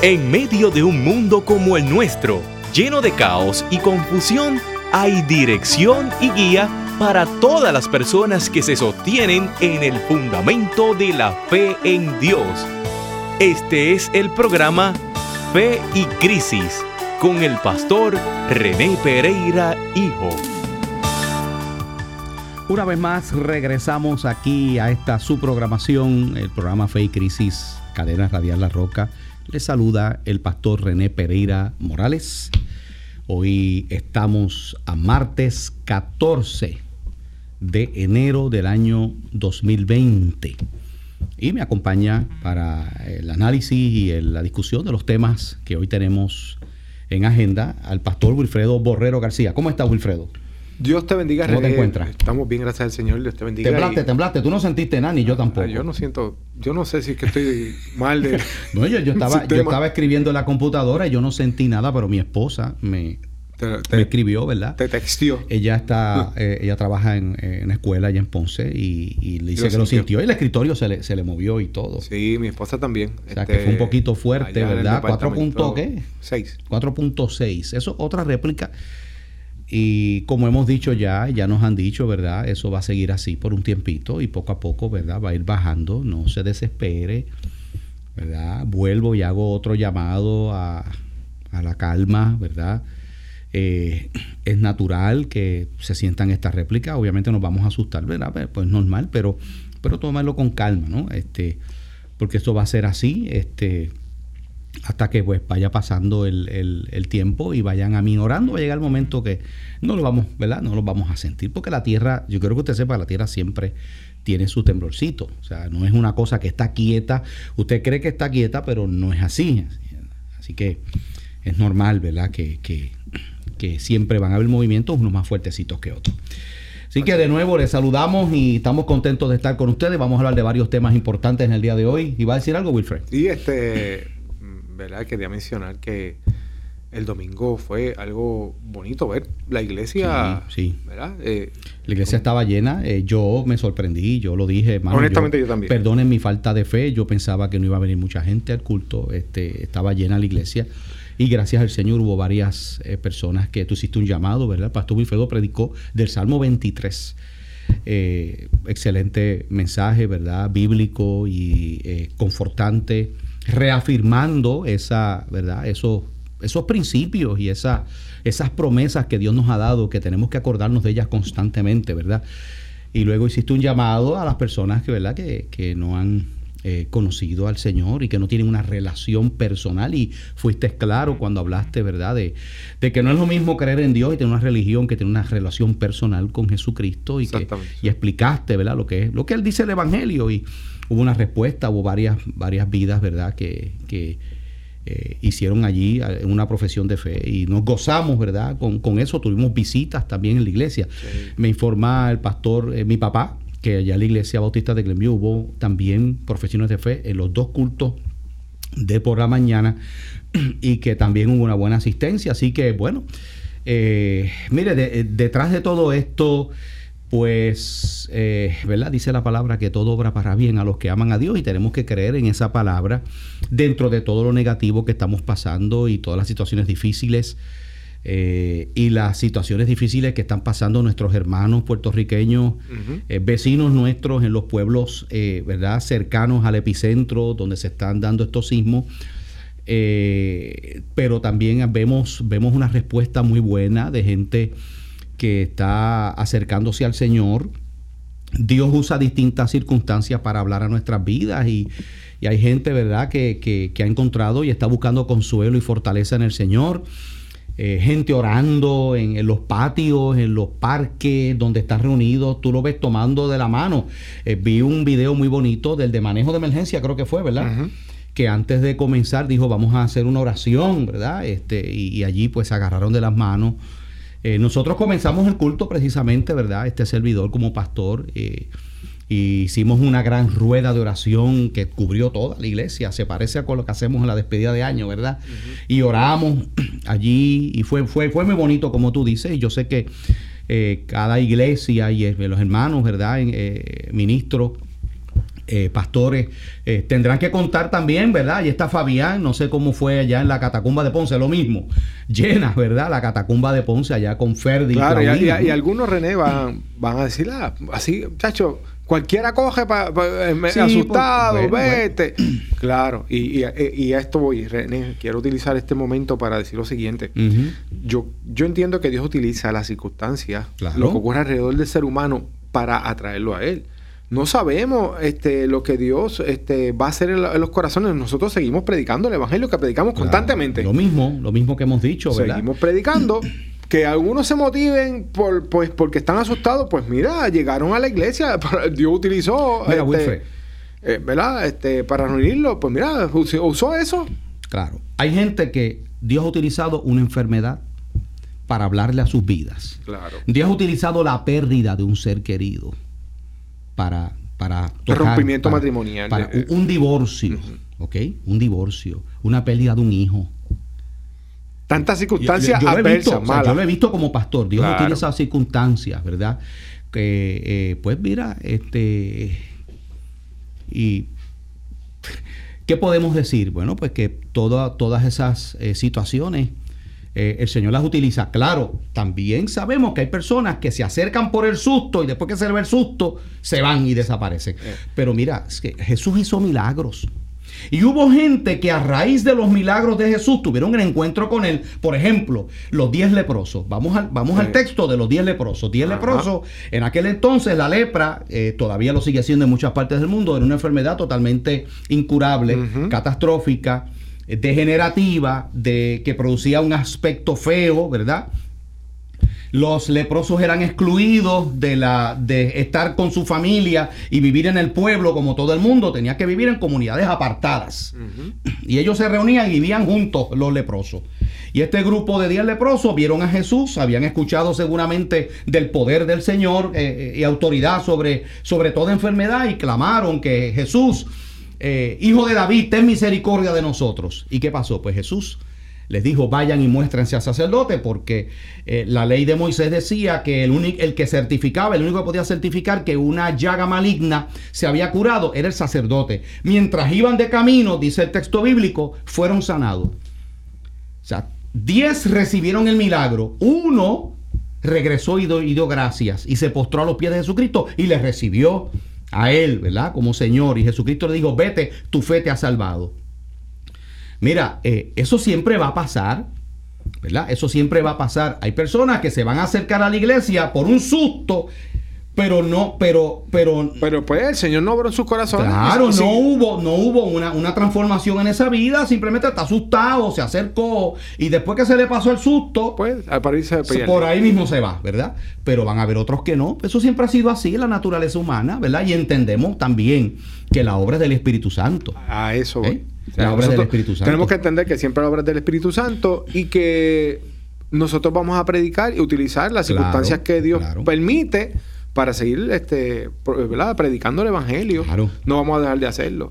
En medio de un mundo como el nuestro, lleno de caos y confusión, hay dirección y guía para todas las personas que se sostienen en el fundamento de la fe en Dios. Este es el programa Fe y Crisis con el pastor René Pereira, hijo. Una vez más regresamos aquí a esta su programación, el programa Fe y Crisis, Cadena Radial La Roca. Les saluda el pastor René Pereira Morales. Hoy estamos a martes 14 de enero del año 2020 y me acompaña para el análisis y la discusión de los temas que hoy tenemos en agenda al pastor Wilfredo Borrero García. ¿Cómo estás, Wilfredo? Dios te bendiga, ¿Cómo René? te encuentras? Estamos bien, gracias al Señor. Dios te bendiga. Temblaste. Tú no sentiste nada, ni yo tampoco. Yo no sé si es que estoy mal de... No, yo estaba escribiendo en la computadora y yo no sentí nada, pero mi esposa me escribió, ¿verdad? Te textió. Ella trabaja en escuela allá en Ponce y le dice que lo sintió. Y el escritorio se le movió y todo. Sí, mi esposa también. O sea, que fue un poquito fuerte, ¿verdad? 6. 4.6. Eso es otra réplica. Y como hemos dicho ya nos han dicho, ¿verdad? Eso va a seguir así por un tiempito y poco a poco, ¿verdad? Va a ir bajando. No se desespere, ¿verdad? Vuelvo y hago otro llamado a la calma, ¿verdad? Es natural que se sientan estas réplicas. Obviamente nos vamos a asustar, ¿verdad? Pues normal, pero tomarlo con calma, ¿no? Porque esto va a ser así, hasta que pues vaya pasando el tiempo y vayan aminorando. Va a llegar el momento que no lo vamos, ¿verdad? No lo vamos a sentir, porque la tierra, yo creo que usted sepa, la tierra siempre tiene su temblorcito. O sea, no es una cosa que está quieta. Usted cree que está quieta, pero no es así. Así que es normal, ¿verdad? Que siempre van a haber movimientos, unos más fuertecitos que otros. Así que de nuevo les saludamos y estamos contentos de estar con ustedes. Vamos a hablar de varios temas importantes en el día de hoy. ¿Y va a decir algo, Wilfred? Sí, ¿verdad? Quería mencionar que el domingo fue algo bonito ver la iglesia. Sí. ¿Verdad? La iglesia estaba llena. Yo me sorprendí, yo lo dije. Hermano, honestamente yo también. Perdonen mi falta de fe. Yo pensaba que no iba a venir mucha gente al culto. Estaba llena la iglesia. Y gracias al Señor hubo varias personas que tú hiciste un llamado, ¿verdad? El pastor Wilfredo predicó del Salmo 23. Excelente mensaje, ¿verdad? Bíblico y confortante, reafirmando ¿verdad? Esos principios y esas promesas que Dios nos ha dado, que tenemos que acordarnos de ellas constantemente, ¿verdad? Y luego hiciste un llamado a las personas que, ¿verdad? que no han conocido al Señor y que no tienen una relación personal, y fuiste claro cuando hablaste, ¿verdad? De que no es lo mismo creer en Dios y tener una religión que tener una relación personal con Jesucristo, y explicaste, ¿verdad? Lo que Él dice el Evangelio, y hubo una respuesta, hubo varias vidas, ¿verdad? Que hicieron allí una profesión de fe y nos gozamos, ¿verdad? Con eso tuvimos visitas también en la iglesia. Sí. Me informa el pastor, mi papá, que allá en la iglesia bautista de Glenview hubo también profesiones de fe en los dos cultos de por la mañana, y que también hubo una buena asistencia. Así que bueno, mire, detrás de todo esto, pues, ¿verdad? Dice la palabra que todo obra para bien a los que aman a Dios, y tenemos que creer en esa palabra dentro de todo lo negativo que estamos pasando y todas las situaciones difíciles. Y las situaciones difíciles que están pasando nuestros hermanos puertorriqueños, vecinos nuestros en los pueblos, ¿verdad? Cercanos al epicentro donde se están dando estos sismos. Pero también vemos una respuesta muy buena de gente que está acercándose al Señor. Dios usa distintas circunstancias para hablar a nuestras vidas, y hay gente, ¿verdad? que ha encontrado y está buscando consuelo y fortaleza en el Señor. Gente orando en los patios, en los parques donde están reunidos, tú lo ves tomando de la mano. Vi un video muy bonito del de manejo de emergencia, creo que fue, ¿verdad? Uh-huh. Que antes de comenzar dijo, vamos a hacer una oración, ¿verdad? Y allí pues se agarraron de las manos. Nosotros comenzamos el culto precisamente, ¿verdad? Este servidor como pastor, y hicimos una gran rueda de oración que cubrió toda la iglesia. Se parece a lo que hacemos en la despedida de año, ¿verdad? Uh-huh. Y oramos allí, y fue muy bonito, como tú dices. Y yo sé que cada iglesia y los hermanos, ¿verdad? Ministros pastores tendrán que contar también, ¿verdad? Y está Fabián, no sé cómo fue allá en la catacumba de Ponce, lo mismo, llena, ¿verdad? La catacumba de Ponce allá con Ferdi. Claro, y algunos, René, van a decir, así, muchacho, cualquiera coge sí, asustado, vete. Bueno. Claro, y a esto voy, René, quiero utilizar este momento para decir lo siguiente. Yo entiendo que Dios utiliza las circunstancias, lo que ocurre alrededor del ser humano para atraerlo a Él. No sabemos lo que Dios va a hacer en los corazones. Nosotros seguimos predicando el evangelio que predicamos constantemente. Lo mismo que hemos dicho, ¿verdad? Seguimos predicando. Que algunos se motiven porque están asustados. Pues mira, llegaron a la iglesia. Dios utilizó ¿verdad? Para reunirlo. Pues mira, usó eso. Claro. Hay gente que Dios ha utilizado una enfermedad para hablarle a sus vidas. Claro. Dios ha utilizado la pérdida de un ser querido para tocar, rompimiento matrimonial, para un divorcio, ¿ok? Un divorcio, una pérdida de un hijo. Tantas circunstancias adversas, malas. Yo lo he visto como pastor. Dios utiliza esas circunstancias, ¿verdad? Que, pues mira, y ¿qué podemos decir? Bueno, pues que todas esas situaciones el Señor las utiliza. Claro, también sabemos que hay personas que se acercan por el susto y después que se les ve el susto, se van y desaparecen. Pero mira, es que Jesús hizo milagros. Y hubo gente que a raíz de los milagros de Jesús tuvieron el encuentro con Él. Por ejemplo, los 10 leprosos. Vamos al texto de los 10 leprosos. 10 leprosos, en aquel entonces la lepra, todavía lo sigue siendo en muchas partes del mundo, era una enfermedad totalmente incurable, catastrófica, degenerativa, que producía un aspecto feo, ¿verdad? Los leprosos eran excluidos de estar con su familia y vivir en el pueblo como todo el mundo. Tenía que vivir en comunidades apartadas. Y ellos se reunían y vivían juntos, los leprosos. Y este grupo de 10 leprosos vieron a Jesús, habían escuchado seguramente del poder del Señor y autoridad sobre toda enfermedad, y clamaron que Jesús, Hijo de David, ten misericordia de nosotros. ¿Y qué pasó? Pues Jesús les dijo, vayan y muéstrense al sacerdote, porque la ley de Moisés decía que el único que podía certificar que una llaga maligna se había curado era el sacerdote. Mientras iban de camino, dice el texto bíblico, fueron sanados. O sea, 10 recibieron el milagro, 1 regresó y dio gracias y se postró a los pies de Jesucristo y le recibió a Él, ¿verdad? Como Señor. Y Jesucristo le dijo, vete, tu fe te ha salvado. Mira, eso siempre va a pasar, ¿verdad? Eso siempre va a pasar. Hay personas que se van a acercar a la iglesia por un susto, pero pues el Señor no obró en sus corazones. Claro, no hubo una transformación en esa vida. Simplemente está asustado, se acercó y después que se le pasó el susto, pues por ahí mismo se va, ¿verdad? Pero van a haber otros que no. Eso siempre ha sido así en la naturaleza humana, ¿verdad? Y entendemos también que la obra es del Espíritu Santo. A eso voy. La obra del Espíritu Santo. Tenemos que entender que siempre la obra es del Espíritu Santo y que nosotros vamos a predicar y utilizar las circunstancias que Dios permite para seguir ¿verdad? Predicando el evangelio. No vamos a dejar de hacerlo.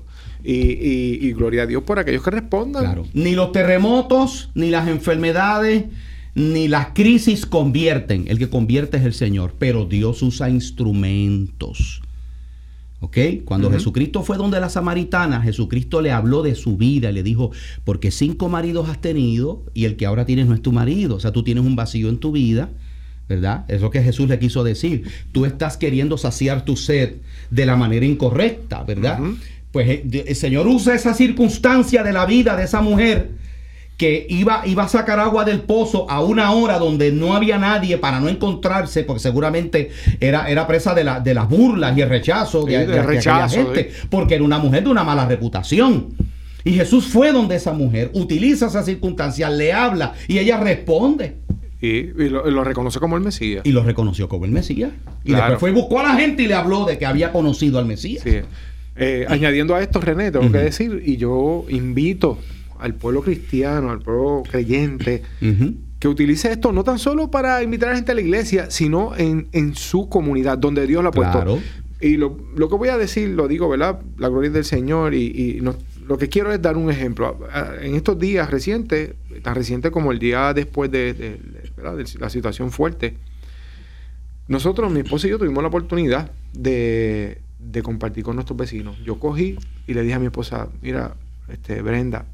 Y gloria a Dios por aquellos que respondan. Ni los terremotos, ni las enfermedades, ni las crisis convierten. El que convierte es el Señor. Pero Dios usa instrumentos. ¿Ok? Cuando Jesucristo fue donde la samaritana, Jesucristo le habló de su vida y le dijo, porque 5 maridos has tenido y el que ahora tienes no es tu marido. O sea, tú tienes un vacío en tu vida, ¿verdad? Es lo que Jesús le quiso decir. Tú estás queriendo saciar tu sed de la manera incorrecta, ¿verdad? Pues el Señor usa esa circunstancia de la vida de esa mujer que iba a sacar agua del pozo a una hora donde no había nadie para no encontrarse, porque seguramente era presa de las burlas y el rechazo de aquella gente, porque era una mujer de una mala reputación. Y Jesús fue donde esa mujer, utiliza esa circunstancia, le habla y ella responde. Y lo reconoce como el Mesías. Y lo reconoció como el Mesías. Y después fue y buscó a la gente y le habló de que había conocido al Mesías. Sí. Añadiendo a esto, René, tengo que decir, y yo invito al pueblo cristiano, al pueblo creyente, que utilice esto no tan solo para invitar a la gente a la iglesia, sino en su comunidad, donde Dios la ha puesto. Y lo que voy a decir, lo digo, ¿verdad? La gloria es del Señor lo que quiero es dar un ejemplo. En estos días recientes, tan reciente como el día después de la situación fuerte, nosotros, mi esposa y yo, tuvimos la oportunidad de de compartir con nuestros vecinos. Yo cogí y le dije a mi esposa, mira, Brenda,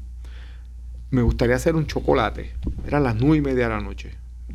me gustaría hacer un chocolate. Eran las 9:30 de la noche.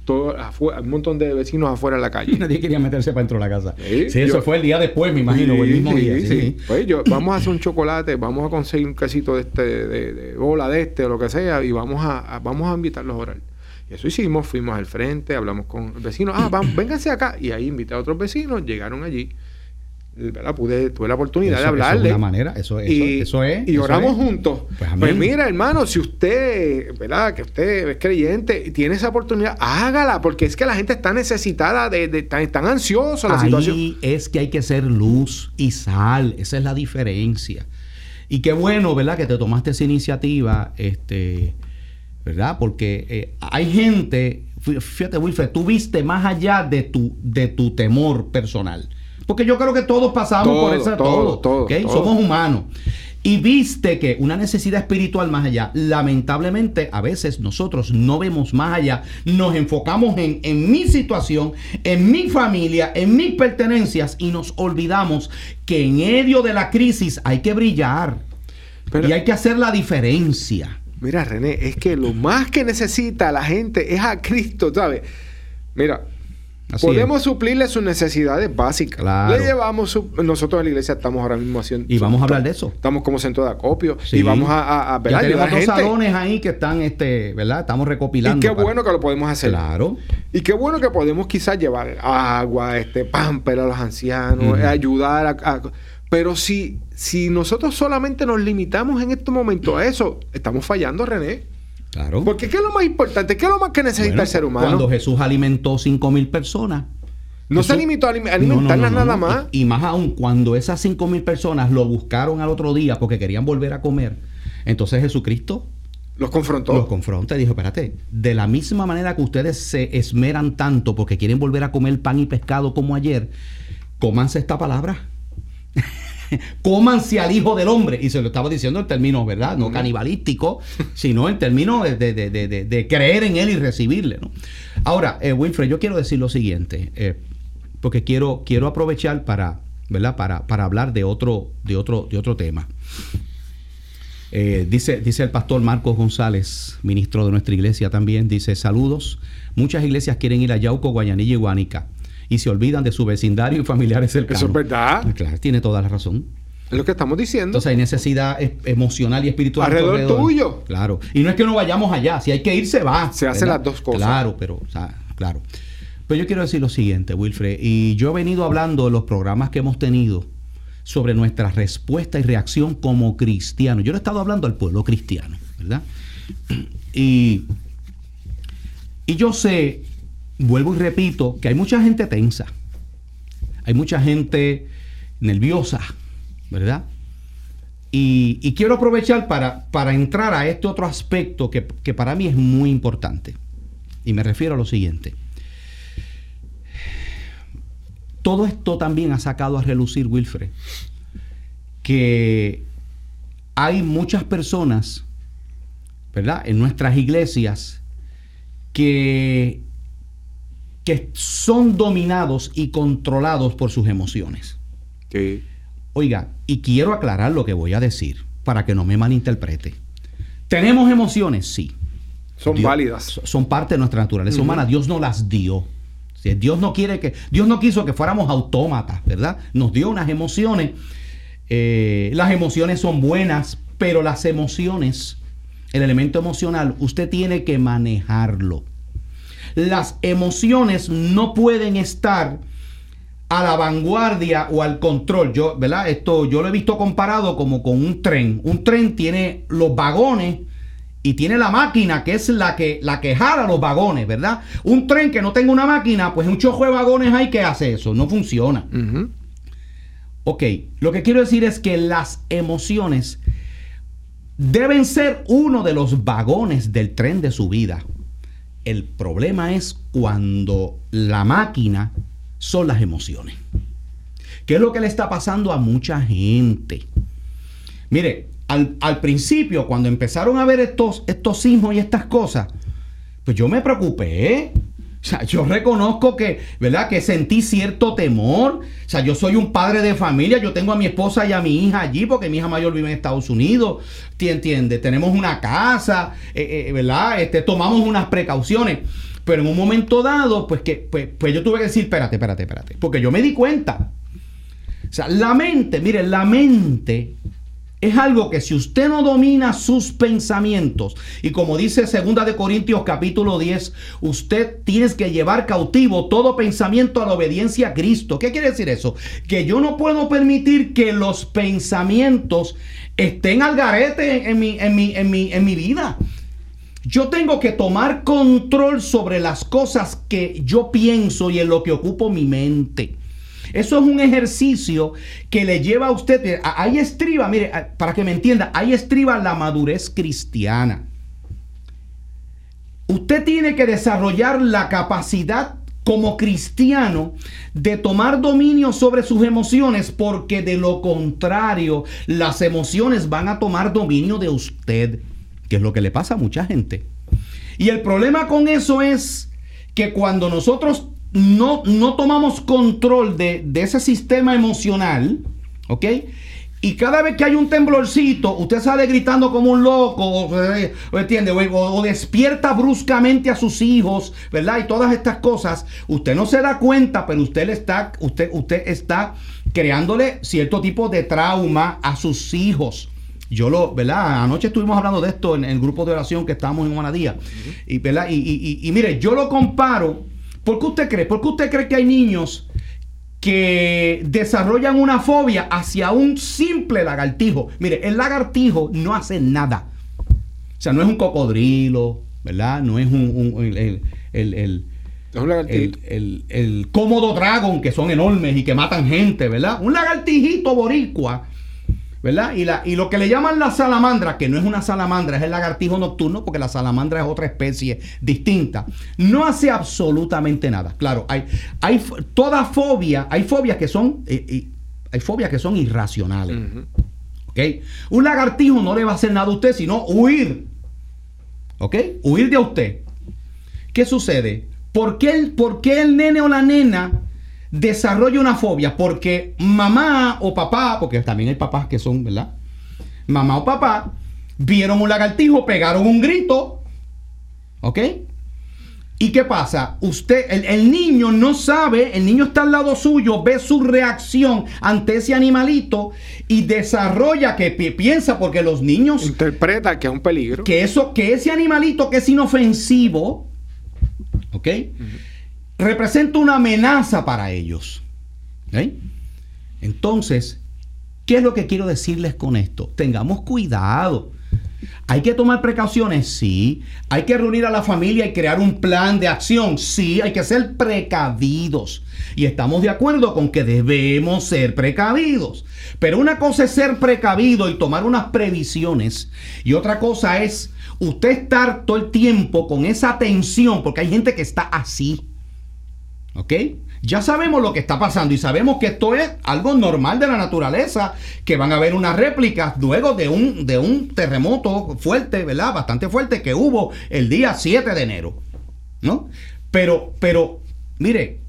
Un montón de vecinos afuera en la calle. Nadie quería meterse para dentro de la casa. Sí, eso fue el día después, me imagino, o el mismo día. Sí. Pues vamos a hacer un chocolate, vamos a conseguir un quesito de bola o lo que sea, y vamos a invitarlos a orar. Y eso hicimos, fuimos al frente, hablamos con el vecino, vénganse acá. Y ahí invité a otros vecinos, llegaron allí. ¿Verdad? Tuve la oportunidad de hablarle. Eso es una manera, eso es. Y oramos juntos. Pues mira, hermano, si usted, ¿verdad? Que usted es creyente y tiene esa oportunidad, hágala, porque es que la gente está necesitada están ansiosa la situación. Ahí es que hay que ser luz y sal, esa es la diferencia. Y qué bueno, ¿verdad? Que te tomaste esa iniciativa, ¿verdad? Porque hay gente, fíjate, Wilfred, tú viste más allá de tu temor personal. Porque yo creo que todos pasamos por eso, ¿okay? Somos humanos. Y viste que una necesidad espiritual más allá, lamentablemente a veces nosotros no vemos más allá, nos enfocamos en mi situación, en mi familia, en mis pertenencias y nos olvidamos que en medio de la crisis hay que brillar y hay que hacer la diferencia. Mira, René, es que lo más que necesita la gente es a Cristo, ¿sabes? Mira, podemos suplirle sus necesidades básicas. Claro. Le llevamos nosotros en la iglesia estamos ahora mismo haciendo. Y vamos a hablar de eso. Estamos como centro de acopio. Sí. Y vamos a ya tenemos dos salones ahí que están, ¿verdad? Estamos recopilando. Y qué bueno que lo podemos hacer. Claro. Y qué bueno que podemos quizás llevar agua, pamper a los ancianos, ayudar pero si nosotros solamente nos limitamos en este momento a eso, estamos fallando, René. Claro. Porque ¿qué es lo más importante? ¿Qué es lo más que necesita el ser humano? Cuando Jesús alimentó 5,000 personas. No se limitó a alimentarlas nada más. Y más aún, cuando esas 5,000 personas lo buscaron al otro día porque querían volver a comer, entonces Jesucristo los confrontó. Los confronta y dijo, espérate, de la misma manera que ustedes se esmeran tanto porque quieren volver a comer pan y pescado como ayer, cómanse esta palabra. Cómanse al Hijo del Hombre. Y se lo estaba diciendo en términos, ¿verdad? No canibalístico, sino en términos de creer en Él y recibirle, ¿no? Ahora, Wilfred, yo quiero decir lo siguiente, porque quiero aprovechar para, ¿verdad? Para hablar de otro tema. Dice el pastor Marcos González, ministro de nuestra iglesia también, dice, saludos. Muchas iglesias quieren ir a Yauco, Guayanilla y Guánica y se olvidan de su vecindario y familiares cercanos. Eso es verdad. Claro, tiene toda la razón. Es lo que estamos diciendo. Entonces hay necesidad emocional y espiritual alrededor tuyo. Claro. Y no es que no vayamos allá. Si hay que ir, se va. Se hacen las dos cosas. Claro, pero, claro. Pero yo quiero decir lo siguiente, Wilfred. Y yo he venido hablando en los programas que hemos tenido sobre nuestra respuesta y reacción como cristianos. Yo le he estado hablando al pueblo cristiano, ¿verdad? Y yo sé, vuelvo y repito, que hay mucha gente tensa. Hay mucha gente nerviosa, ¿verdad? Y quiero aprovechar para entrar a este otro aspecto que para mí es muy importante. Y me refiero a lo siguiente. Todo esto también ha sacado a relucir, Wilfred, que hay muchas personas, ¿verdad?, en nuestras iglesias que son dominados y controlados por sus emociones. Sí. Oiga, y quiero aclarar lo que voy a decir para que no me malinterprete. ¿Tenemos emociones? Sí. Son válidas. Son parte de nuestra naturaleza humana. Dios nos las dio. Dios no quiso que fuéramos autómatas, ¿verdad? Nos dio unas emociones. Las emociones son buenas, pero las emociones, el elemento emocional, usted tiene que manejarlo. Las emociones no pueden estar a la vanguardia o al control. ¿Verdad? Esto yo lo he visto comparado como con un tren. Un tren tiene los vagones y tiene la máquina que es la que jala los vagones, ¿verdad? Un tren que no tenga una máquina, pues un chojo de vagones hay que hace eso. No funciona. Ok, lo que quiero decir es que las emociones deben ser uno de los vagones del tren de su vida. El problema es cuando la máquina son las emociones. ¿Qué es lo que le está pasando a mucha gente? Mire, al principio, cuando empezaron a ver estos sismos y estas cosas, pues yo me preocupé. sea, yo reconozco que, ¿verdad? Que sentí cierto temor. O sea, yo soy un padre de familia. Yo tengo a mi esposa y a mi hija allí porque mi hija mayor vive en Estados Unidos. ¿Entiendes? Tenemos una casa, ¿verdad? Tomamos unas precauciones. Pero en un momento dado, pues yo tuve que decir, espérate. Porque yo me di cuenta. O sea, la mente es algo que si usted no domina sus pensamientos, y como dice 2 de Corintios capítulo 10, usted tiene que llevar cautivo todo pensamiento a la obediencia a Cristo. ¿Qué quiere decir eso? Que yo no puedo permitir que los pensamientos estén al garete en mi vida. Yo tengo que tomar control sobre las cosas que yo pienso y en lo que ocupo mi mente. Eso es un ejercicio que le lleva a usted, ahí estriba, mire, para que me entienda, ahí estriba la madurez cristiana. Usted tiene que desarrollar la capacidad como cristiano de tomar dominio sobre sus emociones, porque de lo contrario, las emociones van a tomar dominio de usted, que es lo que le pasa a mucha gente. Y el problema con eso es que cuando nosotros no tomamos control de ese sistema emocional, ¿ok? Y cada vez que hay un temblorcito, usted sale gritando como un loco, ¿entiende? O despierta bruscamente a sus hijos, ¿verdad? Y todas estas cosas, usted no se da cuenta, pero usted está creándole cierto tipo de trauma a sus hijos. ¿Verdad? Anoche estuvimos hablando de esto en el grupo de oración que estábamos en Juanadía. Y, ¿verdad? Y mire, yo lo comparo. ¿Por qué usted cree? ¿Por qué usted cree que hay niños que desarrollan una fobia hacia un simple lagartijo? Mire, el lagartijo no hace nada. O sea, no es un cocodrilo, ¿verdad? No es el Komodo Dragon, que son enormes y que matan gente, ¿verdad? Un lagartijito boricua, ¿verdad? Y lo que le llaman la salamandra, que no es una salamandra, es el lagartijo nocturno, porque la salamandra es otra especie distinta, no hace absolutamente nada. Claro, hay toda fobia, hay fobias que son irracionales. ¿Ok? Un lagartijo no le va a hacer nada a usted, sino huir. ¿Ok? Huir de usted. ¿Qué sucede? ¿Por qué el nene o la nena desarrolla una fobia? Porque mamá o papá, porque también hay papás que son, ¿verdad? Mamá o papá vieron un lagartijo, pegaron un grito, ¿ok? ¿Y qué pasa? El niño no sabe, el niño está al lado suyo, ve su reacción ante ese animalito y desarrolla que piensa, porque los niños interpreta que es un peligro, que ese animalito que es inofensivo, ¿ok? Representa una amenaza para ellos. ¿Okay? Entonces, ¿qué es lo que quiero decirles con esto? Tengamos cuidado. ¿Hay que tomar precauciones? Sí. ¿Hay que reunir a la familia y crear un plan de acción? Sí. Hay que ser precavidos. Y estamos de acuerdo con que debemos ser precavidos. Pero una cosa es ser precavido y tomar unas previsiones. Y otra cosa es usted estar todo el tiempo con esa tensión, porque hay gente que está así. ¿Ok? Ya sabemos lo que está pasando y sabemos que esto es algo normal de la naturaleza, que van a haber unas réplicas luego de un terremoto fuerte, ¿verdad? Bastante fuerte que hubo el día 7 de enero, ¿no? Pero, mire,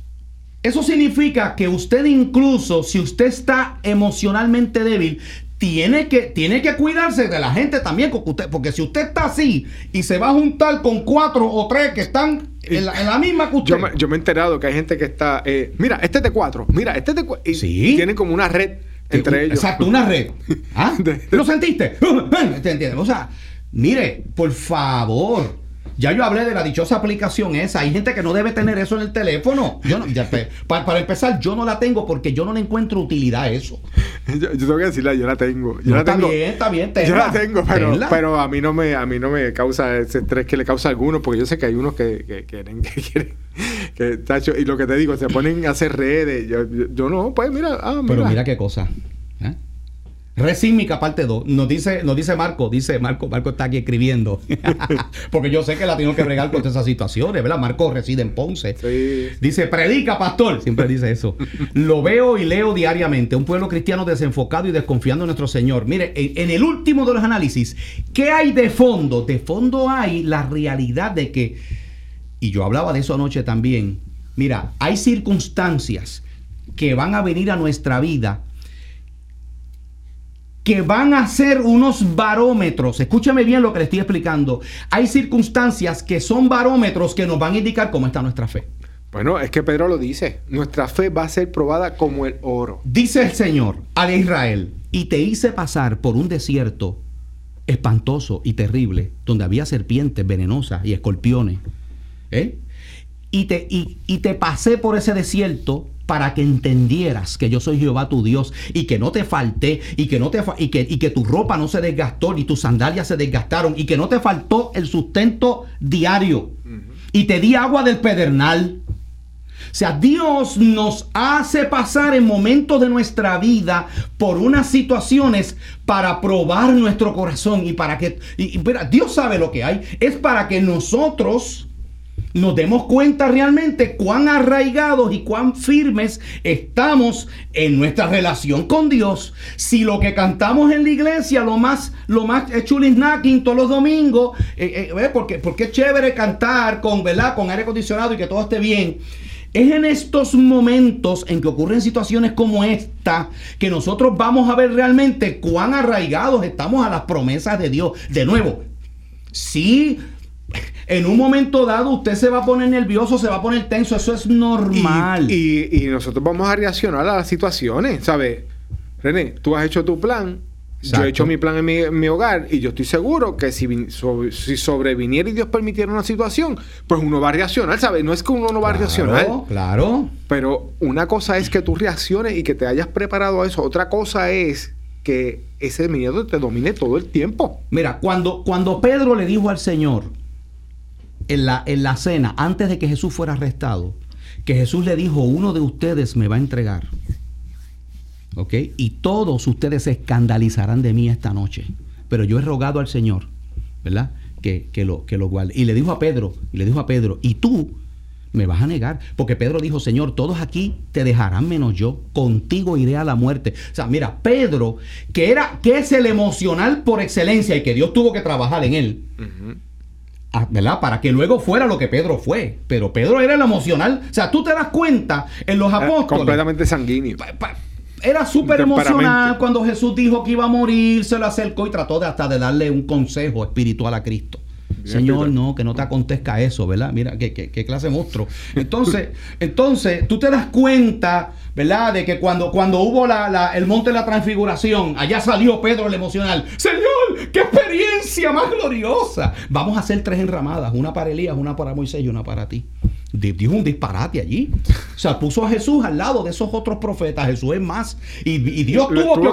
eso significa que usted, incluso si usted está emocionalmente débil, tiene que cuidarse de la gente también, porque si usted está así y se va a juntar con 4 o 3 que están en la misma que usted. Yo me he enterado que hay gente que está, mira, este es de 4, mira, este es de 4. Y sí, tienen como una red entre ellos. Exacto, una red. ¿Ah? ¿Lo sentiste? ¿Te entiendes? O sea, mire, por favor. Ya yo hablé de la dichosa aplicación esa. Hay gente que no debe tener eso en el teléfono. Yo no, para empezar, yo no la tengo porque yo no le encuentro utilidad a eso. Yo tengo que decirle, yo la tengo. Está bien. Yo la tengo, pero a mí no me causa ese estrés que le causa a algunos, porque yo sé que hay unos que quieren tacho, y lo que te digo, se ponen a hacer redes. Yo no, pues mira. Pero mira qué cosa. Resísmica parte 2. Nos dice Marco. Marco está aquí escribiendo. Porque yo sé que la tengo que bregar con esas situaciones, ¿verdad? Marco reside en Ponce. Sí. Dice, predica, pastor. Siempre dice eso. Lo veo y leo diariamente. Un pueblo cristiano desenfocado y desconfiando en nuestro Señor. Mire, en el último de los análisis, ¿qué hay de fondo? De fondo hay la realidad de que y yo hablaba de eso anoche también, mira, hay circunstancias que van a venir a nuestra vida que van a ser unos barómetros. Escúchame bien lo que le estoy explicando. Hay circunstancias que son barómetros que nos van a indicar cómo está nuestra fe. Bueno, es que Pedro lo dice. Nuestra fe va a ser probada como el oro. Dice el Señor a Israel: y te hice pasar por un desierto espantoso y terrible, donde había serpientes venenosas y escorpiones. Y te pasé por ese desierto para que entendieras que yo soy Jehová tu Dios, y que no te falté, y que tu ropa no se desgastó, ni tus sandalias se desgastaron, y que no te faltó el sustento diario. Y te di agua del pedernal. O sea, Dios nos hace pasar en momentos de nuestra vida por unas situaciones para probar nuestro corazón, y para que Dios sabe lo que hay. Es para que nosotros nos demos cuenta realmente cuán arraigados y cuán firmes estamos en nuestra relación con Dios. Si lo que cantamos en la iglesia, lo más chulisnacking todos los domingos, porque es chévere cantar con aire acondicionado y que todo esté bien. Es en estos momentos en que ocurren situaciones como esta que nosotros vamos a ver realmente cuán arraigados estamos a las promesas de Dios. De nuevo, sí, en un momento dado usted se va a poner nervioso, se va a poner tenso, eso es normal. Y nosotros vamos a reaccionar a las situaciones, ¿sabes? René, tú has hecho tu plan. Exacto. Yo he hecho mi plan en mi hogar, y yo estoy seguro que si sobreviniera y Dios permitiera una situación, pues uno va a reaccionar, ¿sabes? No es que uno no va a reaccionar. Claro. Pero una cosa es que tú reacciones y que te hayas preparado a eso. Otra cosa es que ese miedo te domine todo el tiempo. Mira, cuando Pedro le dijo al Señor en la cena, antes de que Jesús fuera arrestado, que Jesús le dijo: uno de ustedes me va a entregar. ¿Ok? Y todos ustedes se escandalizarán de mí esta noche. Pero yo he rogado al Señor, ¿verdad? Que lo guarde. Y le dijo a Pedro, y tú me vas a negar. Porque Pedro dijo: Señor, todos aquí te dejarán menos yo. Contigo iré a la muerte. O sea, mira, Pedro, que es el emocional por excelencia y que Dios tuvo que trabajar en él. ¿Verdad? Para que luego fuera lo que Pedro fue. Pero Pedro era el emocional. O sea, tú te das cuenta en los apóstoles. Completamente sanguíneo. Era súper emocional cuando Jesús dijo que iba a morir, se lo acercó y trató hasta de darle un consejo espiritual a Cristo. Bien, Señor, no, que no te acontezca eso, ¿verdad? Mira, qué clase de monstruo. Entonces, tú te das cuenta, ¿verdad? De que cuando hubo el monte de la transfiguración, allá salió Pedro el emocional. Señor, qué experiencia más gloriosa. Vamos a hacer 3 enramadas, una para Elías, una para Moisés y una para ti. Dijo un disparate allí. O sea, puso a Jesús al lado de esos otros profetas. Jesús es más. Y Dios tuvo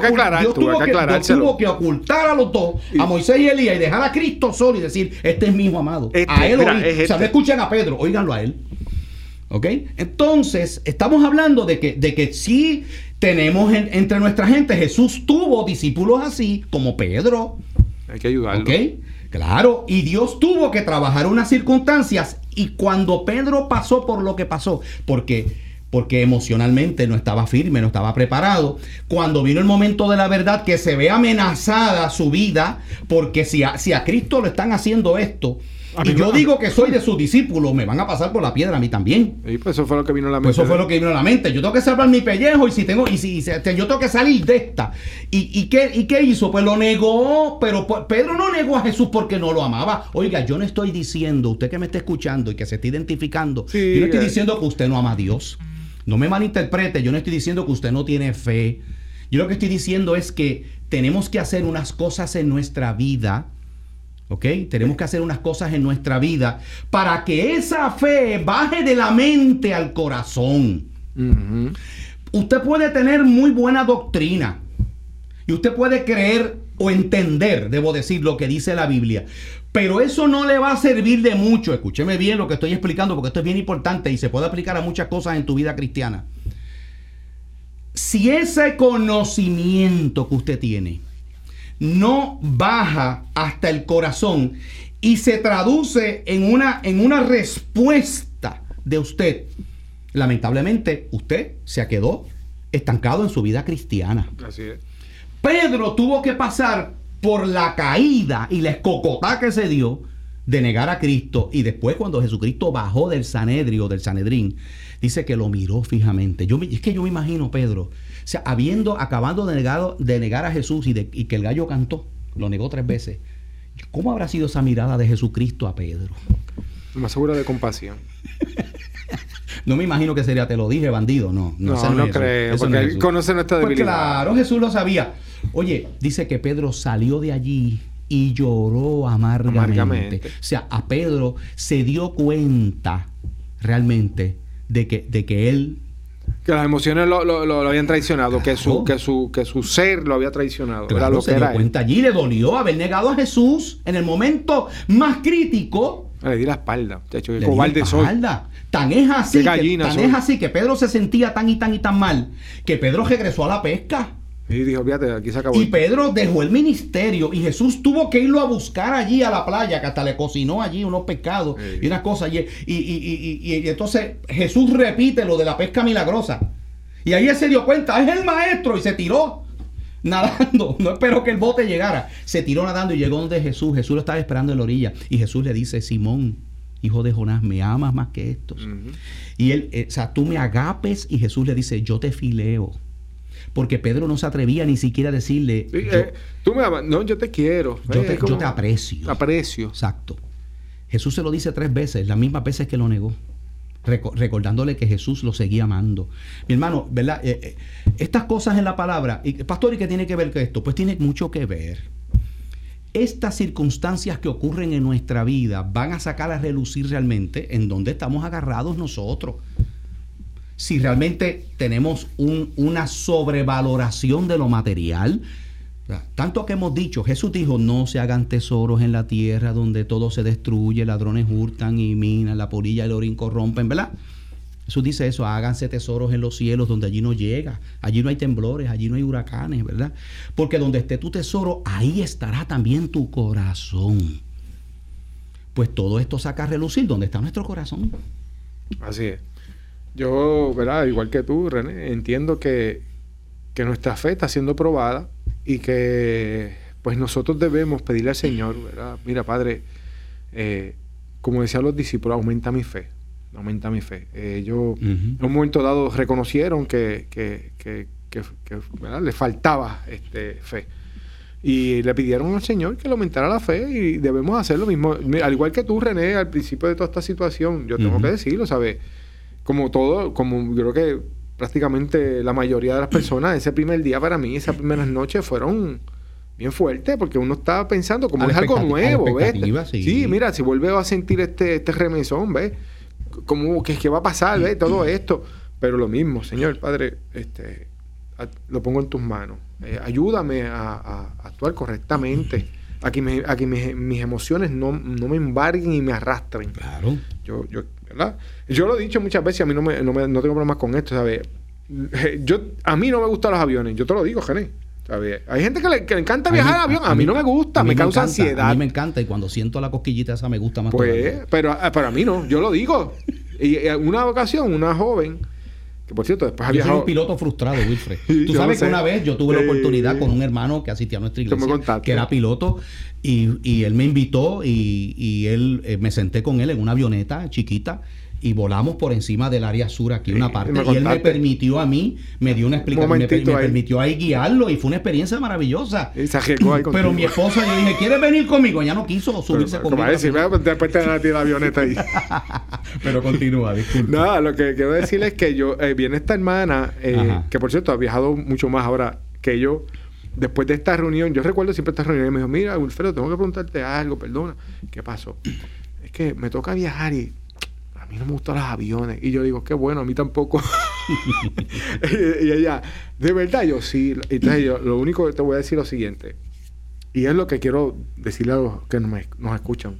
que ocultar a los dos, a Moisés y Elías, y dejar a Cristo solo y decir: este es mi hijo amado. A él oí. O sea, no escuchen a Pedro, óiganlo a él. ¿Ok? Entonces, estamos hablando de que sí tenemos entre nuestra gente. Jesús tuvo discípulos así, como Pedro. Hay que ayudarlo. ¿Ok? Claro, y Dios tuvo que trabajar unas circunstancias, y cuando Pedro pasó por lo que pasó, porque emocionalmente no estaba firme, no estaba preparado, cuando vino el momento de la verdad, que se ve amenazada su vida, porque si a Cristo le están haciendo esto, y yo digo que soy de sus discípulos, me van a pasar por la piedra a mí también. Y pues eso fue lo que vino a la mente. Yo tengo que salvar mi pellejo, yo tengo que salir de esta. ¿Y qué hizo? Pues lo negó. Pero Pedro no negó a Jesús porque no lo amaba. Oiga, yo no estoy diciendo, usted que me está escuchando y que se está identificando, yo no estoy diciendo que usted no ama a Dios. No me malinterprete, yo no estoy diciendo que usted no tiene fe. Yo lo que estoy diciendo es que tenemos que hacer unas cosas en nuestra vida. ¿Ok? Tenemos que hacer unas cosas en nuestra vida para que esa fe baje de la mente al corazón. Usted puede tener muy buena doctrina y usted puede creer o entender, debo decir, lo que dice la Biblia, pero eso no le va a servir de mucho. Escúcheme bien lo que estoy explicando, porque esto es bien importante y se puede aplicar a muchas cosas en tu vida cristiana. Si ese conocimiento que usted tiene no baja hasta el corazón y se traduce en una respuesta de usted, lamentablemente usted se quedó estancado en su vida cristiana. Así es. Pedro tuvo que pasar por la caída y la escocotá que se dio, de negar a Cristo, y después cuando Jesucristo bajó del Sanedrín, dice que lo miró fijamente. Es que yo me imagino, Pedro, o sea, acabando de negar a Jesús y que el gallo cantó, lo negó 3 veces. ¿Cómo habrá sido esa mirada de Jesucristo a Pedro? Más seguro de compasión. No me imagino que sería, te lo dije, bandido. No creo, porque él conoce nuestra debilidad. Pues claro, Jesús lo sabía. Oye, dice que Pedro salió de allí y lloró amargamente. O sea, a Pedro se dio cuenta realmente de que él... Que las emociones lo habían traicionado, claro. que su ser lo había traicionado. Claro, era lo se dio cuenta allí, le dolió haber negado a Jesús en el momento más crítico. Le di la espalda, muchacho, que cobarde soy. Tan es así que Pedro se sentía tan y tan mal que Pedro regresó a la pesca. Y dijo, fíjate, aquí se acabó. Y Pedro dejó el ministerio y Jesús tuvo que irlo a buscar allí a la playa, que hasta le cocinó allí unos pescados y unas cosas. Y entonces Jesús repite lo de la pesca milagrosa. Y ahí él se dio cuenta, es el maestro, y se tiró nadando. No esperó que el bote llegara. Se tiró nadando y llegó donde Jesús. Jesús lo estaba esperando en la orilla. Y Jesús le dice, Simón, hijo de Jonás, ¿me amas más que estos? Y él, tú me agapes, y Jesús le dice, yo te fileo. Porque Pedro no se atrevía ni siquiera a decirle... tú me amas. No, yo te quiero. Yo te aprecio. Aprecio. Exacto. Jesús se lo dice 3 veces, las mismas veces que lo negó. Recordándole que Jesús lo seguía amando. Mi hermano, ¿verdad? Estas cosas en la palabra... Pastor, ¿y qué tiene que ver con esto? Pues tiene mucho que ver. Estas circunstancias que ocurren en nuestra vida van a sacar a relucir realmente en dónde estamos agarrados nosotros. Si realmente tenemos una sobrevaloración de lo material, tanto que hemos dicho, Jesús dijo, no se hagan tesoros en la tierra donde todo se destruye, ladrones hurtan y minan, la polilla y el orín corrompen, ¿verdad? Jesús dice eso, háganse tesoros en los cielos donde allí no llega, allí no hay temblores, allí no hay huracanes, ¿verdad? Porque donde esté tu tesoro, ahí estará también tu corazón. Pues todo esto saca a relucir dónde está nuestro corazón. Así es. Yo, ¿verdad? Igual que tú, René, entiendo que nuestra fe está siendo probada y que pues nosotros debemos pedirle al Señor, ¿verdad? Mira, Padre, como decían los discípulos, aumenta mi fe. Ellos en un momento dado reconocieron que ¿verdad? Le faltaba fe. Y le pidieron al Señor que le aumentara la fe, y debemos hacer lo mismo. Al igual que tú, René, al principio de toda esta situación, yo tengo que decirlo, ¿sabes? Como yo creo que prácticamente la mayoría de las personas, ese primer día para mí, esas primeras noches fueron bien fuertes, porque uno estaba pensando como es algo nuevo, ¿ves? Sí, mira, si vuelvo a sentir este remesón, ¿ves? Como ¿qué va a pasar, ¿ves? Todo esto. Pero lo mismo, Señor, Padre, lo pongo en tus manos. Ayúdame a actuar correctamente, a que mis emociones no me embarguen y me arrastren. Claro. ¿Verdad? Yo lo he dicho muchas veces, a mí no tengo problemas con esto, ¿sabes? A mí no me gustan los aviones, yo te lo digo, Gené, ¿sabes? Hay gente que le encanta viajar en avión, a mí no me gusta, me causa ansiedad. A mí me encanta, y cuando siento la cosquillita esa me gusta más. Pues, pero a mí no, yo lo digo. Y en una ocasión, una joven, que por cierto después ha viajado... Yo soy un piloto frustrado, Wilfred. Tú sabes que una vez yo tuve la oportunidad con un hermano que asistía a nuestra iglesia, que era piloto, y él me invitó, y él me senté con él en una avioneta chiquita, y volamos por encima del área sur aquí, una parte, y él me permitió a mí, me dio una explicación, me permitió ahí guiarlo, y fue una experiencia maravillosa. Pero mi esposa, yo dije, ¿quieres venir conmigo? Ella no quiso subirse conmigo. Después te dan a ti la avioneta ahí. Pero continúa, disculpa. Nada, lo que quiero decirles es que yo, viene esta hermana, que por cierto ha viajado mucho más ahora que yo. Después de esta reunión, yo recuerdo siempre esta reunión, y me dijo, mira, Wilfredo, tengo que preguntarte algo, perdona. ¿Qué pasó? Es que me toca viajar y a mí no me gustan los aviones. Y yo digo, qué bueno, a mí tampoco. y ella, de verdad, yo sí. Entonces yo, lo único que te voy a decir es lo siguiente, y es lo que quiero decirle a los que nos escuchan.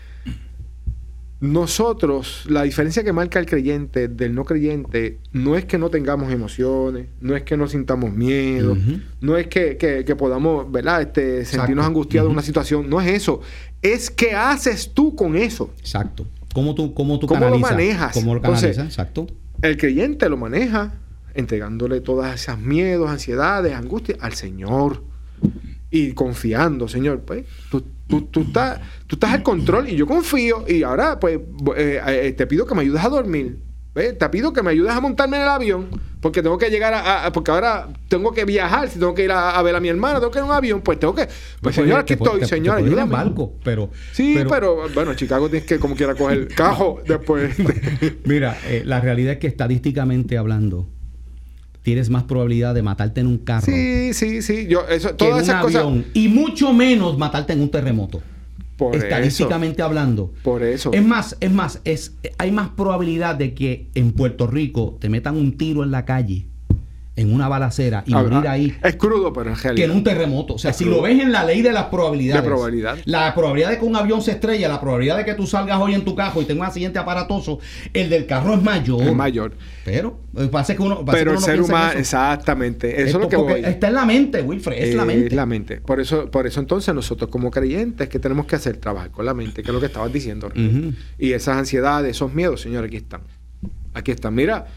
Nosotros, la diferencia que marca el creyente del no creyente no es que no tengamos emociones, no es que no sintamos miedo, no es que podamos, ¿verdad? Sentirnos angustiados en una situación, no es eso. Es qué haces tú con eso. Exacto. ¿Cómo tú lo manejas? ¿Cómo lo canalizas? Entonces, exacto. El creyente lo maneja entregándole todas esas miedos, ansiedades, angustias al Señor. y confiando, Señor, pues tú estás al control y yo confío y ahora pues te pido que me ayudes a dormir. Te pido que me ayudes a montarme en el avión porque tengo que llegar porque ahora tengo que viajar, si tengo que ir a ver a mi hermana, tengo que ir en un avión, pues tengo que... Pues Señor, aquí estoy, Señor, ayúdame. En barco, pero... Sí, pero bueno, Chicago tienes que como quiera coger cajo después. Mira, la realidad es que estadísticamente hablando, tienes más probabilidad de matarte en un carro. Sí. Todas esas cosas. Y mucho menos matarte en un terremoto. Estadísticamente hablando. Por eso. Es más, hay más probabilidad de que en Puerto Rico te metan un tiro en la calle, en una balacera y morir ahí. Es crudo, pero en realidad. Que en un terremoto. O sea, si lo ves en la ley de las probabilidades. De probabilidad. La probabilidad de que un avión se estrelle, la probabilidad de que tú salgas hoy en tu carro y tengas un accidente aparatoso, el del carro es mayor. Es mayor. Pero pasa que uno. Pero el ser humano, exactamente. Eso es lo que voy. Está en la mente, Wilfred. Es la mente. Es la mente. Por eso entonces nosotros como creyentes, ¿qué tenemos que hacer? Trabajar con la mente, que es lo que estabas diciendo. Y esas ansiedades, esos miedos, Señor, aquí están. Aquí están. Mira.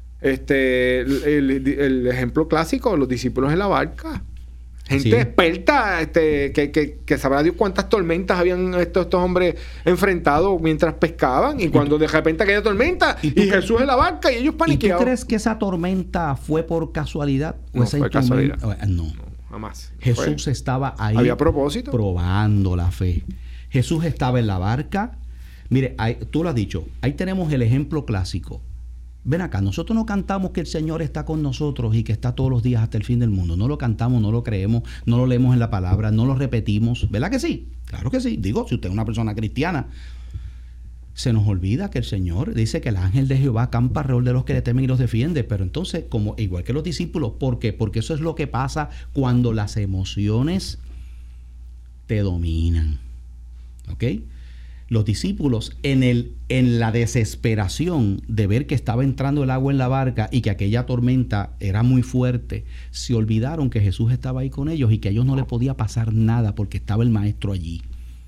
El ejemplo clásico, los discípulos en la barca. Gente experta, que sabrá Dios cuántas tormentas habían estos hombres enfrentado mientras pescaban. Y cuando de repente aquella tormenta, y Jesús en la barca, y ellos paniqueados. ¿Y tú crees que esa tormenta fue por casualidad? No fue casualidad. No, jamás. Jesús estaba ahí. ¿Había propósito? Probando la fe. Jesús estaba en la barca. Mire, tú lo has dicho. Ahí tenemos el ejemplo clásico. Ven acá, nosotros no cantamos que el Señor está con nosotros y que está todos los días hasta el fin del mundo. No lo cantamos, no lo creemos, no lo leemos en la palabra, no lo repetimos. ¿Verdad que sí? Claro que sí. Digo, si usted es una persona cristiana, se nos olvida que el Señor dice que el ángel de Jehová acampa alrededor de los que le temen y los defiende. Pero entonces, como igual que los discípulos, ¿por qué? Porque eso es lo que pasa cuando las emociones te dominan. ¿Ok? Los discípulos en la desesperación de ver que estaba entrando el agua en la barca y que aquella tormenta era muy fuerte, se olvidaron que Jesús estaba ahí con ellos y que a ellos no les podía pasar nada porque estaba el maestro allí.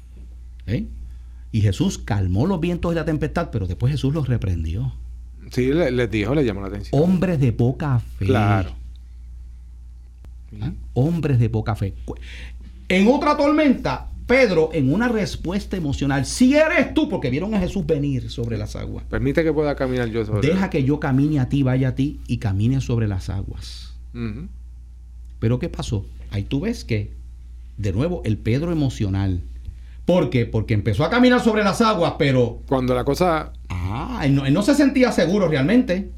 Y Jesús calmó los vientos y la tempestad, pero después Jesús los reprendió. Sí, les llamó la atención. Hombres de poca fe. Claro. Hombres de poca fe. En otra tormenta, Pedro, en una respuesta emocional, si eres tú, porque vieron a Jesús venir sobre las aguas. Permite que pueda caminar yo sobre. Deja que yo camine a ti, vaya a ti y camine sobre las aguas. Pero ¿qué pasó? Ahí tú ves que, de nuevo, el Pedro emocional. ¿Por qué? Porque empezó a caminar sobre las aguas, pero... Cuando la cosa... Él no se sentía seguro realmente.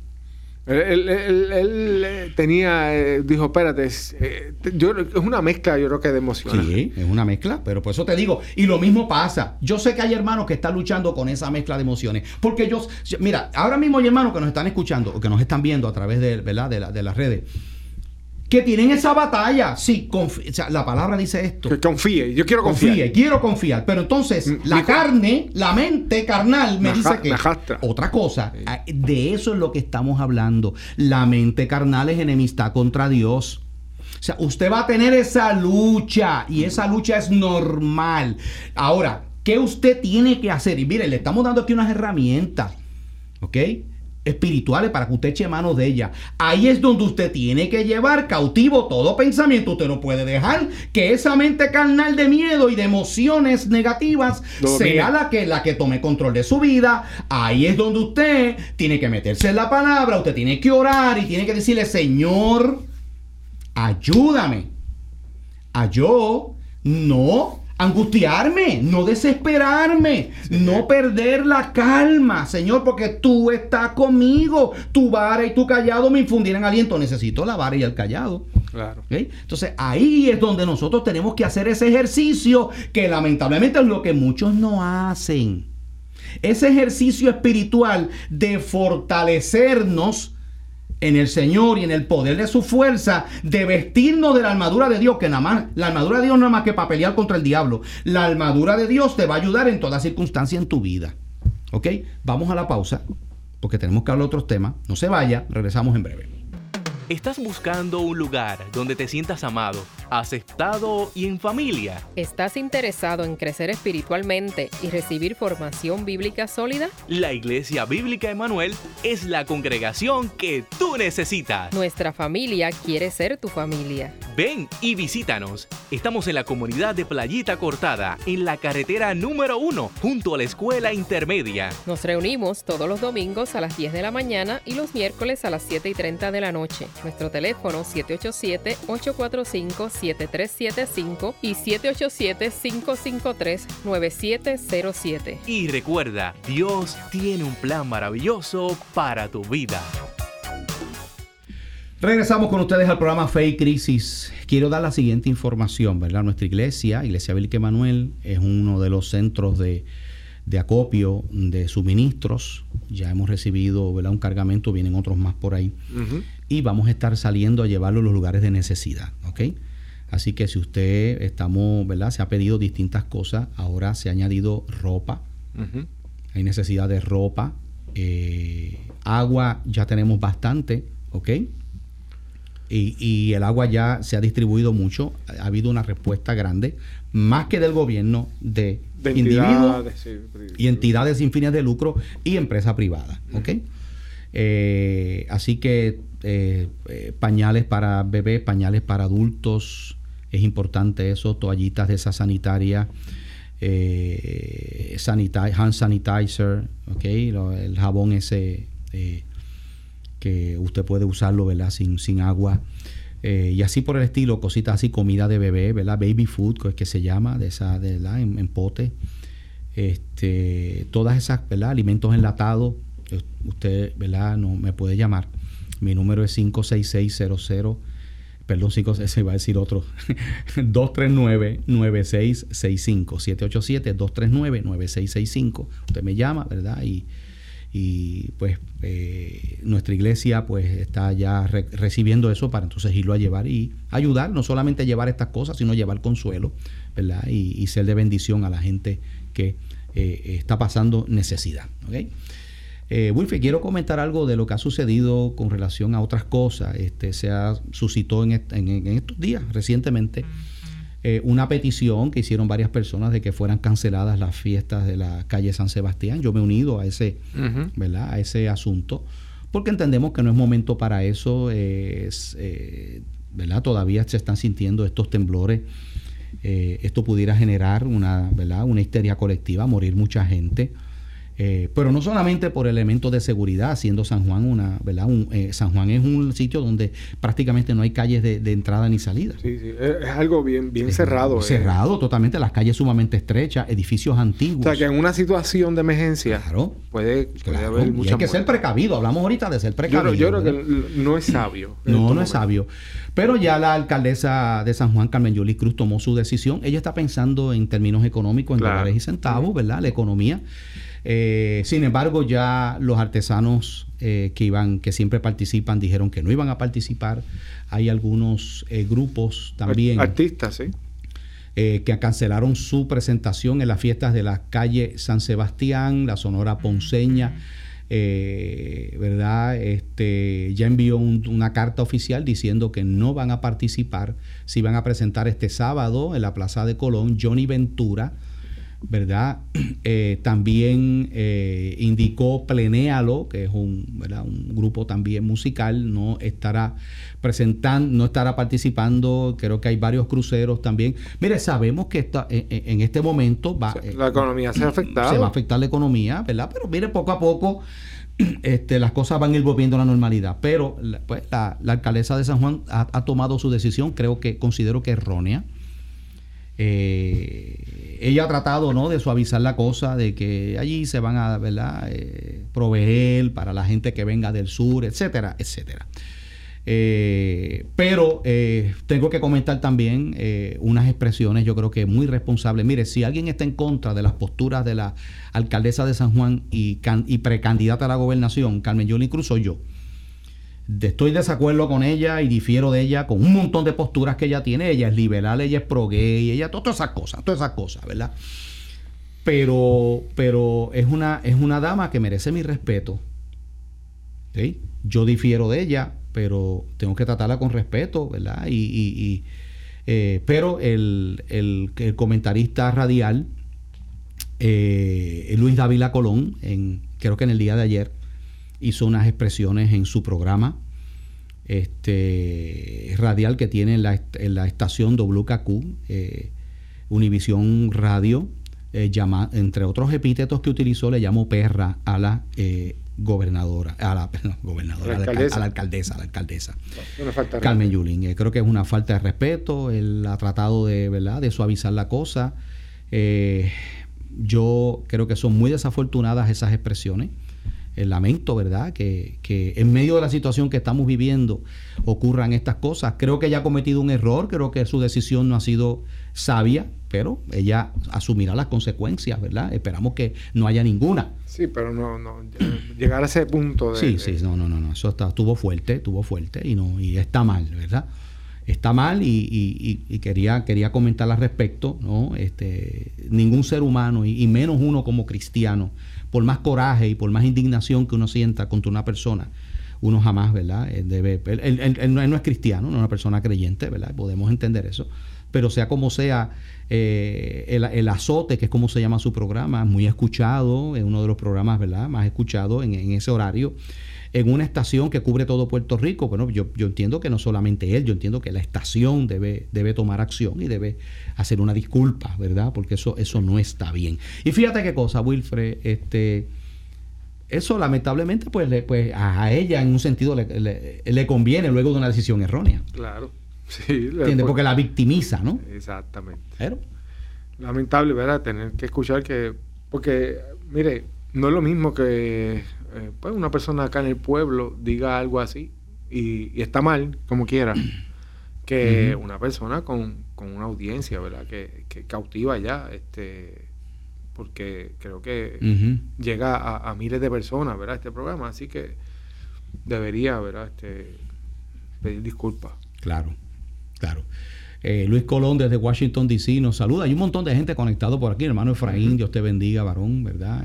Él tenía, dijo, espérate, es una mezcla, yo creo que de emociones. Sí, es una mezcla, pero por eso te digo, y lo mismo pasa. Yo sé que hay hermanos que están luchando con esa mezcla de emociones, porque mira, ahora mismo hay hermanos que nos están escuchando, o que nos están viendo a través de, ¿verdad? de las redes, que tienen esa batalla. Sí, o sea, la palabra dice esto. Que confíe, yo quiero confiar. Quiero confiar. Pero entonces, la mente carnal me dice que... Otra cosa, de eso es lo que estamos hablando. La mente carnal es enemistad contra Dios. O sea, usted va a tener esa lucha, y esa lucha es normal. Ahora, ¿qué usted tiene que hacer? Y mire, le estamos dando aquí unas herramientas, ¿ok?, espirituales para que usted eche mano de ellas. Ahí es donde usted tiene que llevar cautivo todo pensamiento. Usted no puede dejar que esa mente carnal de miedo y de emociones negativas sea la que tome control de su vida. Ahí es donde usted tiene que meterse en la palabra, usted tiene que orar y tiene que decirle: Señor, ayúdame a yo no angustiarme, no desesperarme, no perder la calma, Señor, porque tú estás conmigo. Tu vara y tu callado me infundirán aliento. Necesito la vara y el callado. Claro. ¿Okay? Entonces ahí es donde nosotros tenemos que hacer ese ejercicio, que lamentablemente es lo que muchos no hacen. Ese ejercicio espiritual de fortalecernos en el Señor y en el poder de su fuerza, de vestirnos de la armadura de Dios, que nada más, la armadura de Dios no es más que para pelear contra el diablo. La armadura de Dios te va a ayudar en toda circunstancia en tu vida. ¿Ok? Vamos a la pausa, porque tenemos que hablar de otros temas. No se vaya, regresamos en breve. ¿Estás buscando un lugar donde te sientas amado, aceptado y en familia. ¿Estás interesado en crecer espiritualmente y recibir formación bíblica sólida? La Iglesia Bíblica Emmanuel es la congregación que tú necesitas. Nuestra familia quiere ser tu familia. Ven y visítanos. Estamos en la comunidad de Playita Cortada, en la carretera número 1, junto a la escuela intermedia. Nos reunimos todos los domingos a las 10 de la mañana y los miércoles a las 7:30 de la noche. Nuestro teléfono 787-845-7375 y 787-553-9707. Y recuerda, Dios tiene un plan maravilloso para tu vida. Regresamos con ustedes al programa Fe y Crisis. Quiero dar la siguiente información, ¿verdad? Nuestra iglesia, Iglesia Bíblica Emmanuel, es uno de los centros de acopio de suministros. Ya hemos recibido, ¿verdad?, un cargamento, vienen otros más por ahí. Uh-huh. Y vamos a estar saliendo a llevarlo a los lugares de necesidad, ¿ok? Así que si usted ¿verdad?, se ha pedido distintas cosas, ahora se ha añadido ropa. Uh-huh. Hay necesidad de ropa. Agua ya tenemos bastante, ¿ok? Y el agua ya se ha distribuido mucho. Ha habido una respuesta grande, más que del gobierno, de individuos y entidades sin fines de lucro y empresa privada. ¿Okay? Así que pañales para bebés, pañales para adultos, es importante eso, toallitas de esa sanitaria, hand sanitizer, ¿okay? El jabón ese que usted puede usarlo, ¿verdad?, sin agua, y así por el estilo, cositas así, comida de bebé, ¿verdad?, baby food, que se llama, ¿verdad?, en pote, todas esas, ¿verdad?, alimentos enlatados. Usted, ¿verdad?, no me puede llamar. Mi número es 56600, perdón, se va a decir otro, 239-9665, 787-239-9665. Usted me llama, ¿verdad?, y pues nuestra iglesia pues está ya recibiendo eso para entonces irlo a llevar y ayudar, no solamente a llevar estas cosas, sino llevar consuelo, ¿verdad?, y ser de bendición a la gente que está pasando necesidad. ¿Okay? Wilfred, quiero comentar algo de lo que ha sucedido con relación a otras cosas. Se ha suscitado en estos días recientemente una petición que hicieron varias personas de que fueran canceladas las fiestas de la calle San Sebastián. Yo me he unido a ese, uh-huh, ¿verdad?, a ese asunto, porque entendemos que no es momento para eso. ¿Verdad? Todavía se están sintiendo estos temblores. Esto pudiera generar ¿verdad?, una histeria colectiva, morir mucha gente. Pero no solamente por elementos de seguridad, siendo San Juan San Juan es un sitio donde prácticamente no hay calles de entrada ni salida. Sí, es algo bien cerrado. Cerrado totalmente, las calles sumamente estrechas, edificios antiguos. O sea, que en una situación de emergencia, claro, puede haber mucha. Hay que ser precavido, hablamos ahorita de ser precavido. Yo creo que no es sabio. No es sabio. Pero ya la alcaldesa de San Juan, Carmen Yulín Cruz, tomó su decisión. Ella está pensando en términos económicos, en dólares y centavos, ¿verdad?, la economía. Sin embargo, ya los artesanos que siempre participan dijeron que no iban a participar. Hay algunos grupos también, artistas, sí, que cancelaron su presentación en las fiestas de la calle San Sebastián, la Sonora Ponceña, ¿verdad? Ya envió una carta oficial diciendo que no van a participar. Si van a presentar este sábado en la Plaza de Colón, Johnny Ventura, ¿verdad? También indicó Plenéalo, que es un grupo también musical, no estará participando. Creo que hay varios cruceros también. Mire, sabemos que en este momento la economía se ha afectado. Se va a afectar la economía, ¿verdad? Pero mire, poco a poco las cosas van a ir volviendo a la normalidad. Pero la alcaldesa de San Juan ha tomado su decisión, considero que errónea. Ella ha tratado, ¿no?, de suavizar la cosa, de que allí se van a, ¿verdad?, proveer para la gente que venga del sur, etcétera, etcétera. Pero tengo que comentar también unas expresiones, yo creo que muy responsables. Mire, si alguien está en contra de las posturas de la alcaldesa de San Juan y precandidata a la gobernación, Carmen Yulín Cruz, soy yo. Estoy de desacuerdo con ella y difiero de ella con un montón de posturas que ella tiene. Ella es liberal, ella es pro-gay, ella todas esas cosas, ¿verdad? Pero es una dama que merece mi respeto. ¿Sí? Yo difiero de ella, pero tengo que tratarla con respeto, ¿verdad? Y Pero el comentarista radial, Luis Dávila Colón, creo que en el día de ayer, hizo unas expresiones en su programa radial que tiene en la estación WKQ, Univisión Radio, entre otros epítetos que utilizó, le llamó perra a la gobernadora, a la alcaldesa, Carmen Yulín. Creo que es una falta de respeto. Él ha tratado de suavizar la cosa. Yo creo que son muy desafortunadas esas expresiones. Lamento, ¿verdad?, que en medio de la situación que estamos viviendo ocurran estas cosas. Creo que ella ha cometido un error, creo que su decisión no ha sido sabia, pero ella asumirá las consecuencias, ¿verdad? Esperamos que no haya ninguna. Sí, pero no llegar a ese punto de... Sí, no, eso estuvo fuerte y está mal, ¿verdad? Está mal y quería comentar al respecto, ¿no? Ningún ser humano y menos uno como cristiano, por más coraje y por más indignación que uno sienta contra una persona, uno jamás, ¿verdad? Él no es cristiano, no es una persona creyente, ¿verdad? Podemos entender eso. Pero sea como sea, el azote, que es como se llama su programa, muy escuchado, es uno de los programas, ¿verdad?, más escuchados en ese horario, en una estación que cubre todo Puerto Rico. Bueno, yo entiendo que no solamente él, yo entiendo que la estación debe tomar acción y debe hacer una disculpa, ¿verdad? Porque eso no está bien. Y fíjate qué cosa, Wilfred, eso lamentablemente pues a ella en un sentido le conviene luego de una decisión errónea. Claro. Sí, ¿entiendes? Porque la victimiza, ¿no? Exactamente. Pero lamentable, ¿verdad?, tener que escuchar porque, mire, no es lo mismo que pues una persona acá en el pueblo diga algo así y está mal, como quiera, que una persona con una audiencia, ¿verdad?, que cautiva ya, porque creo que llega a miles de personas, ¿verdad?, este programa, así que debería, ¿verdad?, pedir disculpas. Claro. Luis Colón desde Washington DC nos saluda. Hay un montón de gente conectado por aquí, hermano Efraín, Dios te bendiga, varón, ¿verdad?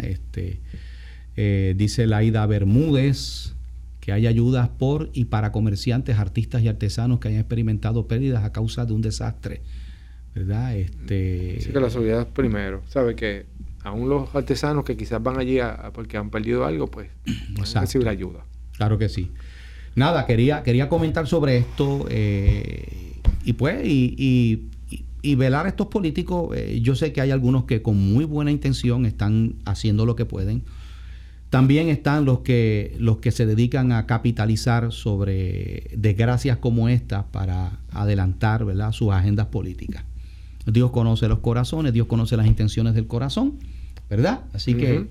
Dice Laida Bermúdez que hay ayudas por y para comerciantes, artistas y artesanos que hayan experimentado pérdidas a causa de un desastre, ¿verdad? Sí, que la solidaridad primero, ¿sabe? Que aún los artesanos que quizás van allí porque han perdido algo, pues van a recibir ayuda. Claro que sí. Nada, quería comentar sobre esto y velar a estos políticos. Yo sé que hay algunos que con muy buena intención están haciendo lo que pueden. También están los que se dedican a capitalizar sobre desgracias como estas para adelantar, ¿verdad?, sus agendas políticas. Dios conoce los corazones, Dios conoce las intenciones del corazón, ¿verdad? Así que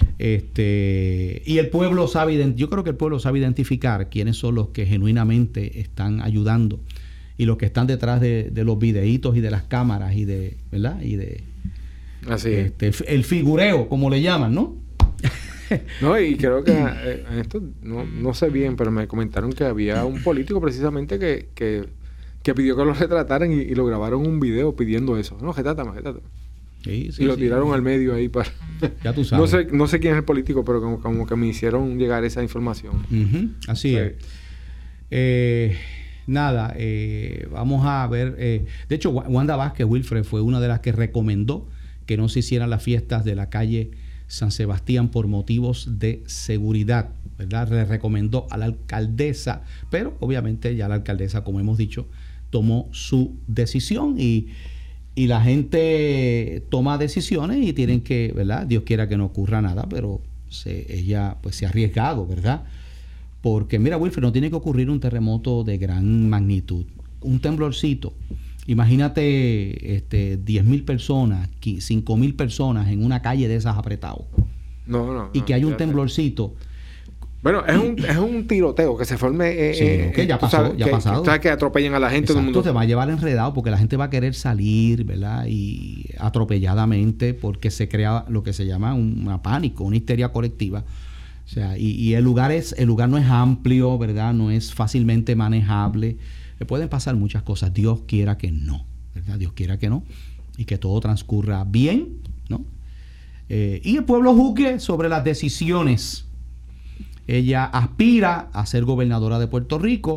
y el pueblo sabe, yo creo que el pueblo sabe identificar quiénes son los que genuinamente están ayudando y los que están detrás de los videitos y de las cámaras y de, ¿verdad?, y de así el figureo, como le llaman, ¿no? No, y creo que en esto no sé bien, pero me comentaron que había un político precisamente que pidió que lo retrataran y lo grabaron un video pidiendo eso. No, retrátame. Sí, y lo tiraron al medio ahí para... Ya tú sabes. No sé quién es el político, pero como que me hicieron llegar esa información. Así es. Nada, vamos a ver. De hecho, Wanda Vázquez, Wilfred, fue una de las que recomendó que no se hicieran las fiestas de la calle San Sebastián por motivos de seguridad, ¿verdad? Le recomendó a la alcaldesa, pero obviamente ya la alcaldesa, como hemos dicho, tomó su decisión y la gente toma decisiones y tienen que, ¿verdad? Dios quiera que no ocurra nada, pero ella pues se ha arriesgado, ¿verdad? Porque mira, Wilfred, no tiene que ocurrir un terremoto de gran magnitud, un temblorcito. Imagínate 10,000 personas, 5,000 personas en una calle de esas apretados. Y que hay un temblorcito. Bueno, es un tiroteo que se forme. Sí, que ya pasó, ya ha pasado. ¿Sabes? Que atropellen a la gente. Exacto, todo el mundo se va a llevar enredado porque la gente va a querer salir, ¿verdad? Y atropelladamente porque se crea lo que se llama un pánico, una histeria colectiva. O sea, y el lugar no es amplio, ¿verdad? No es fácilmente manejable. Pueden pasar muchas cosas. Dios quiera que no, ¿verdad? Dios quiera que no. Y que todo transcurra bien, ¿no? Y el pueblo juzgue sobre las decisiones. Ella aspira a ser gobernadora de Puerto Rico.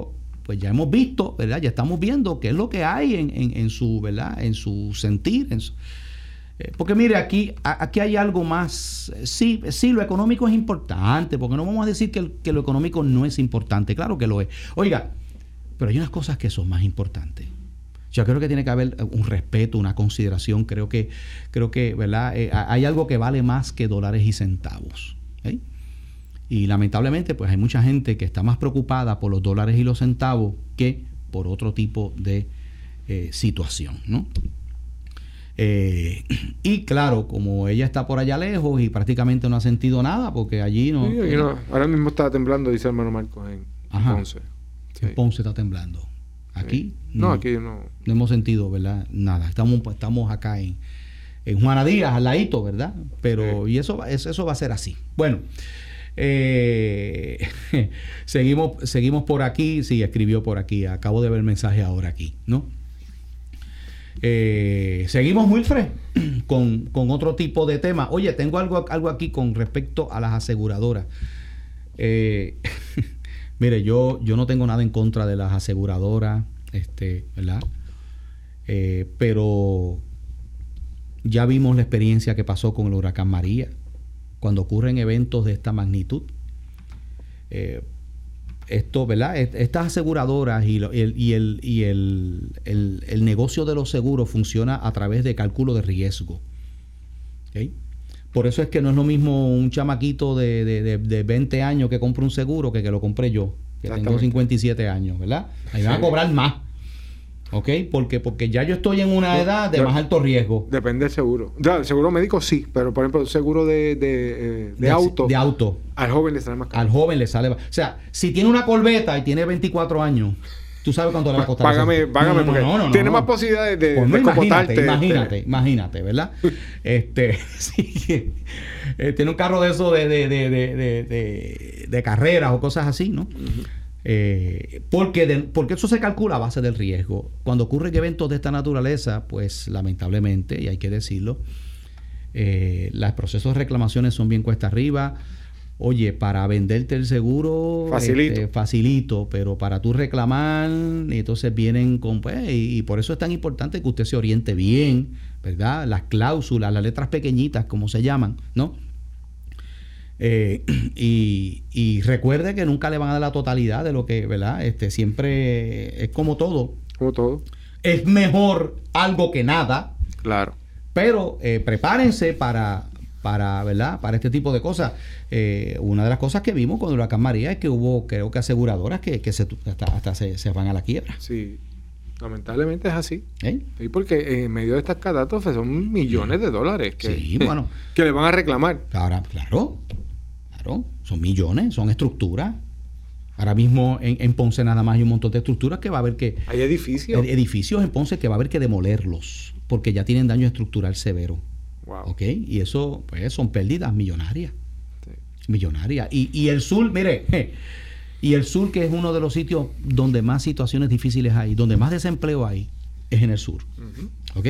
pues ya hemos visto, ¿verdad? Ya estamos viendo qué es lo que hay en su, ¿verdad? En su sentir. Porque mire, aquí hay algo más. Sí, lo económico es importante, porque no vamos a decir que lo económico no es importante. Claro que lo es. Oiga, pero hay unas cosas que son más importantes. Yo creo que tiene que haber un respeto, una consideración. Creo que ¿verdad? Hay algo que vale más que dólares y centavos. ¿Eh? Y lamentablemente, pues hay mucha gente que está más preocupada por los dólares y los centavos que por otro tipo de situación, ¿no? Y claro, como ella está por allá lejos y prácticamente no ha sentido nada, porque allí no... Sí, no. Ahora mismo está temblando, dice el hermano Marcos, en Ponce. Sí. En Ponce está temblando. Aquí no, aquí no hemos sentido, ¿verdad? Nada. Estamos acá en Juana Díaz, al ladito, ¿verdad? Pero y eso va a ser así. Bueno, seguimos por aquí. Sí, escribió por aquí. Acabo de ver el mensaje ahora aquí, ¿no? Seguimos, Wilfred, con otro tipo de tema. Oye, tengo algo aquí con respecto a las aseguradoras. Mire, yo no tengo nada en contra de las aseguradoras, ¿verdad? Pero ya vimos la experiencia que pasó con el huracán María. Cuando ocurren eventos de esta magnitud, esto, ¿verdad? Estas aseguradoras y el negocio de los seguros funciona a través de cálculo de riesgo. ¿Okay? Por eso es que no es lo mismo un chamaquito de 20 años que compra un seguro que lo compré yo, que tengo 57 años, ¿verdad? Ahí van a cobrar más. ¿Ok? Porque ya yo estoy en una edad de más alto riesgo. Depende del seguro. El seguro médico sí, pero por ejemplo, el seguro de auto. De auto. Al joven le sale más caro. Al joven le sale más. O sea, si tiene una Corvette y tiene 24 años, tú sabes cuánto le va a costar. Págame, porque tiene más posibilidades de Imagínate, ¿verdad? Sí, tiene un carro de eso de carreras o cosas así, ¿no? Uh-huh. Porque eso se calcula a base del riesgo. Cuando ocurren eventos de esta naturaleza, pues lamentablemente, y hay que decirlo, los procesos de reclamaciones son bien cuesta arriba. Oye, para venderte el seguro facilito, pero para tú reclamar, entonces vienen con y por eso es tan importante que usted se oriente bien, ¿verdad? Las cláusulas, las letras pequeñitas, como se llaman, ¿no? Y recuerde que nunca le van a dar la totalidad de lo que, ¿verdad? Siempre es como todo. Como todo. Es mejor algo que nada. Claro. Pero prepárense para ¿verdad? Para este tipo de cosas. Una de las cosas que vimos con el huracán María es que hubo, creo que aseguradoras que hasta se van a la quiebra. Sí. Lamentablemente es así. Sí, porque en medio de estas catástrofes son millones de dólares que le van a reclamar. Claro. Son millones, son estructuras. Ahora mismo en Ponce nada más hay un montón de estructuras que va a haber que... Hay edificios. Edificios en Ponce que va a haber que demolerlos porque ya tienen daño estructural severo. Wow. ¿Ok? Y eso, pues, son pérdidas millonarias. Sí. Millonarias. Y el sur, mire... Y el sur, que es uno de los sitios donde más situaciones difíciles hay, donde más desempleo hay, es en el sur. Uh-huh. ¿Ok?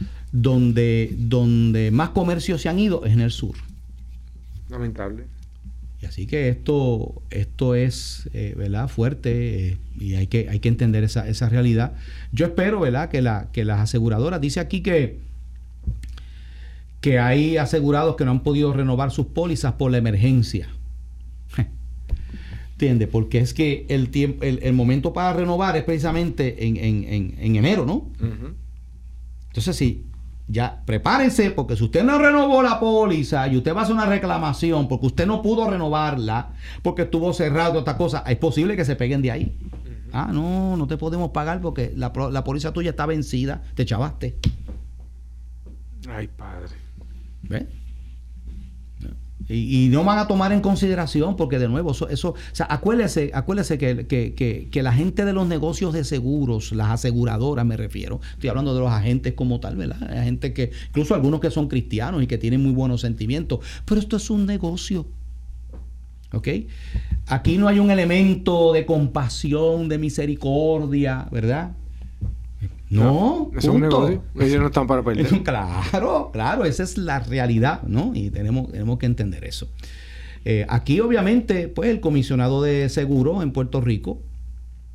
Donde más comercios se han ido es en el sur. Lamentable. Y así que esto es, ¿verdad? Fuerte, y hay que entender esa realidad. Yo espero, ¿verdad? Que las aseguradoras, dice aquí que hay asegurados que no han podido renovar sus pólizas por la emergencia. ¿Entiendes? Porque es que el momento para renovar es precisamente en enero, ¿no? Uh-huh. Entonces, sí, ya prepárense, porque si usted no renovó la póliza y usted va a hacer una reclamación porque usted no pudo renovarla, porque estuvo cerrado, otra cosa, es posible que se peguen de ahí. Uh-huh. No te podemos pagar porque la póliza tuya está vencida, te chavaste. Ay, padre. ¿Ves? Y no van a tomar en consideración porque de nuevo o sea, acuérdese que la gente de los negocios de seguros, las aseguradoras me refiero, estoy hablando de los agentes como tal, ¿verdad? Hay gente que, incluso algunos que son cristianos y que tienen muy buenos sentimientos, pero esto es un negocio. ¿Ok? Aquí no hay un elemento de compasión, de misericordia, ¿verdad? No, es un negocio. Ellos no están para perder. Claro, esa es la realidad, ¿no? Y tenemos que entender eso. Aquí, obviamente, pues el comisionado de seguros en Puerto Rico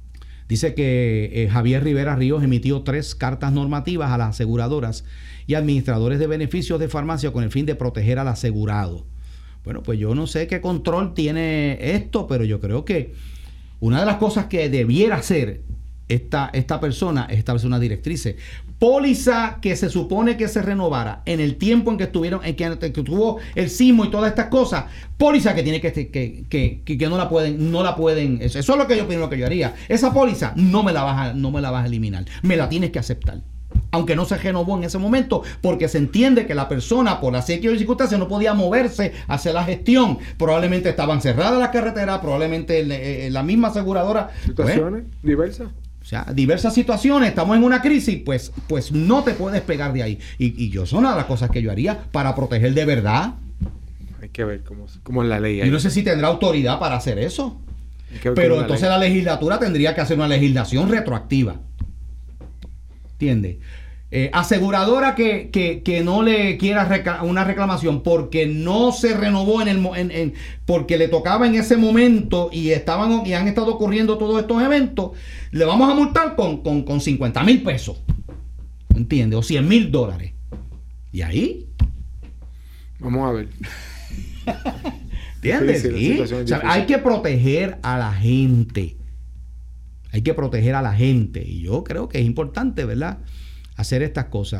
Dice que Javier Rivera Ríos emitió 3 cartas normativas a las aseguradoras y administradores de beneficios de farmacia con el fin de proteger al asegurado. Bueno, pues yo no sé qué control tiene esto, pero yo creo que una de las cosas que debiera hacer esta persona es establecer una directriz. Póliza que se supone que se renovara en el tiempo en que estuvieron, en que tuvo el sismo y todas estas cosas. Póliza que tiene que no la pueden. Eso es lo que yo primero que yo haría. Esa póliza no me la vas a eliminar. Me la tienes que aceptar. Aunque no se renovó en ese momento, porque se entiende que la persona, por la sequía y circunstancias, no podía moverse hacia la gestión. Probablemente estaban cerradas las carreteras, probablemente la misma aseguradora. Situaciones diversas. O sea, diversas situaciones, estamos en una crisis, pues no te puedes pegar de ahí. Y yo son una de las cosas que yo haría para proteger de verdad. Hay que ver cómo es la ley ahí. Yo no sé si tendrá autoridad para hacer eso. Pero entonces la legislatura tendría que hacer una legislación retroactiva. ¿Entiendes? Aseguradora que no le quiera una reclamación porque no se renovó porque le tocaba en ese momento y han estado ocurriendo todos estos eventos, le vamos a multar con 50,000 pesos, ¿entiendes? O $100,000. Y ahí vamos a ver. ¿Entiendes? Sí. O sea, hay que proteger a la gente. Hay que proteger a la gente. Y yo creo que es importante, ¿verdad?, hacer estas cosas.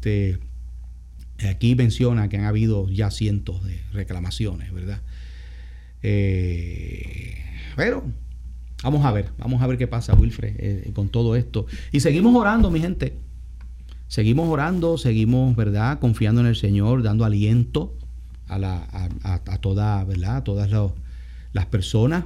Aquí menciona que han habido ya cientos de reclamaciones, ¿verdad? Pero vamos a ver qué pasa, Wilfred, con todo esto. Y seguimos orando, mi gente. Seguimos orando, seguimos, ¿verdad?, confiando en el Señor, dando aliento a todas, ¿verdad?, a todas las personas.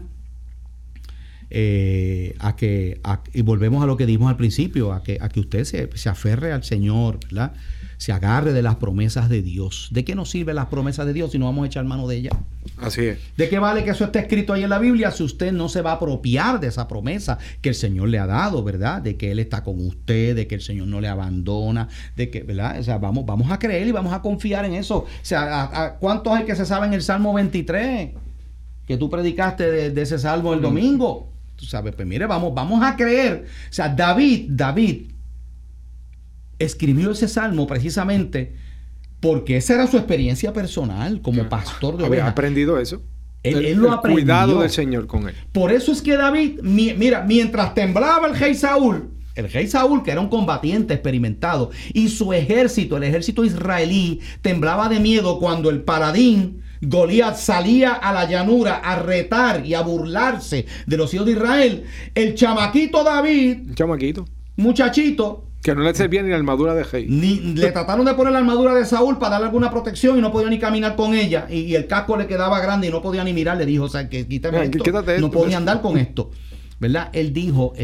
Y volvemos a lo que dijimos al principio, a que usted se aferre al Señor, ¿verdad? Se agarre de las promesas de Dios. ¿De qué nos sirven las promesas de Dios si no vamos a echar mano de ellas? Así es. ¿De qué vale que eso esté escrito ahí en la Biblia si usted no se va a apropiar de esa promesa que el Señor le ha dado, ¿verdad? De que Él está con usted, de que el Señor no le abandona, de que, ¿verdad? O sea, vamos a creer y vamos a confiar en eso. O sea, ¿cuántos hay que se saben el Salmo 23? Que tú predicaste de ese salmo el domingo. Tú sabes, pues mire, vamos a creer. O sea, David escribió ese salmo precisamente porque esa era su experiencia personal como pastor de ovejas. Había aprendido eso. Él lo aprendió. El cuidado del Señor con él. Por eso es que David, mira, mientras temblaba el rey Saúl, que era un combatiente experimentado, y su ejército, el ejército israelí, temblaba de miedo cuando el paladín Goliat salía a la llanura a retar y a burlarse de los hijos de Israel. El chamaquito David, muchachito, que no le servía ni la armadura de rey. Le trataron de poner la armadura de Saúl para darle alguna protección y no podía ni caminar con ella. Y el casco le quedaba grande y no podía ni mirar. Le dijo, o sea, que quítame esto. No podía andar con esto. ¿Verdad? Él dijo,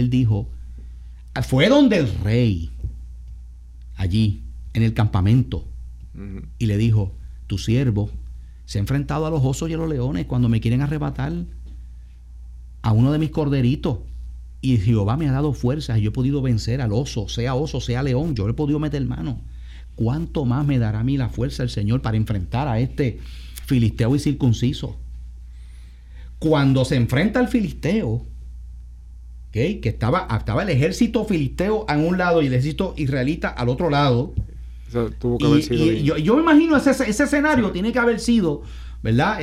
fue donde el rey, allí, en el campamento, y le dijo, tu siervo se ha enfrentado a los osos y a los leones cuando me quieren arrebatar a uno de mis corderitos. Y Jehová me ha dado fuerzas y yo he podido vencer al oso, sea león. Yo le he podido meter mano. ¿Cuánto más me dará a mí la fuerza el Señor para enfrentar a este filisteo y circunciso? Cuando se enfrenta al filisteo, ¿okay?, que estaba el ejército filisteo a un lado y el ejército israelita al otro lado. Eso tuvo que haber sido yo me imagino ese escenario tiene que haber sido, ¿verdad?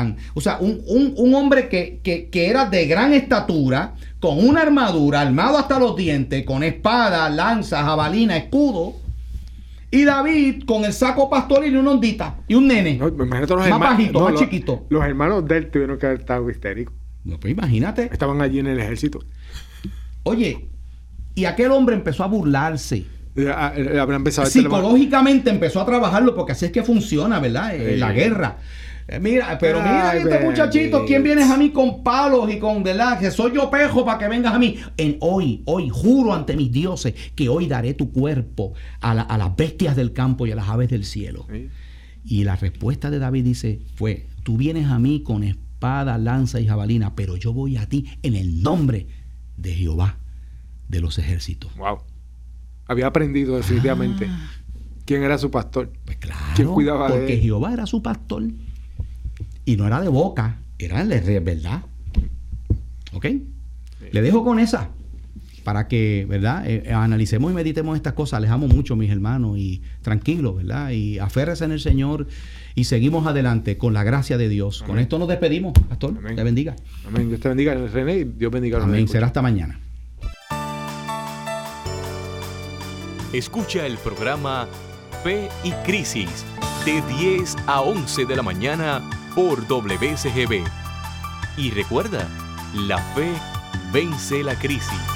Un hombre que era de gran estatura, con una armadura, armado hasta los dientes, con espada, lanza, jabalina, escudo. Y David con el saco pastoril y una ondita. Y un nene. No, imagínate los más bajito, más chiquito. Los hermanos de él tuvieron que haber estado histéricos. No, pues imagínate. Estaban allí en el ejército. Oye, y aquel hombre empezó a burlarse. Psicológicamente empezó a trabajarlo, porque así es que funciona, ¿verdad? La guerra. Mira este muchachito, ¿quién vienes a mí con palos y con, ¿verdad? Que soy yo pejo para que vengas a mí. Hoy juro ante mis dioses que hoy daré tu cuerpo a las bestias del campo y a las aves del cielo. Sí. Y la respuesta de David fue, tú vienes a mí con espada, lanza y jabalina, pero yo voy a ti en el nombre de Jehová de los ejércitos. Wow. Había aprendido definitivamente quién era su pastor. Pues claro, quién cuidaba de él. Porque Jehová era su pastor. Y no era de boca, era de verdad. ¿Ok? Sí. Le dejo con esa. para que, ¿verdad? Analicemos y meditemos estas cosas. Les amo mucho, mis hermanos, y tranquilos, ¿verdad? Y aférrese en el Señor y seguimos adelante con la gracia de Dios. Amén. Con esto nos despedimos, Pastor. Amén. Te bendiga. Amén. Dios te bendiga, René, y Dios bendiga a los Amén. Será hasta mañana. Escucha el programa Fe y Crisis de 10 a 11 de la mañana por WCGB. Y recuerda, la fe vence la crisis.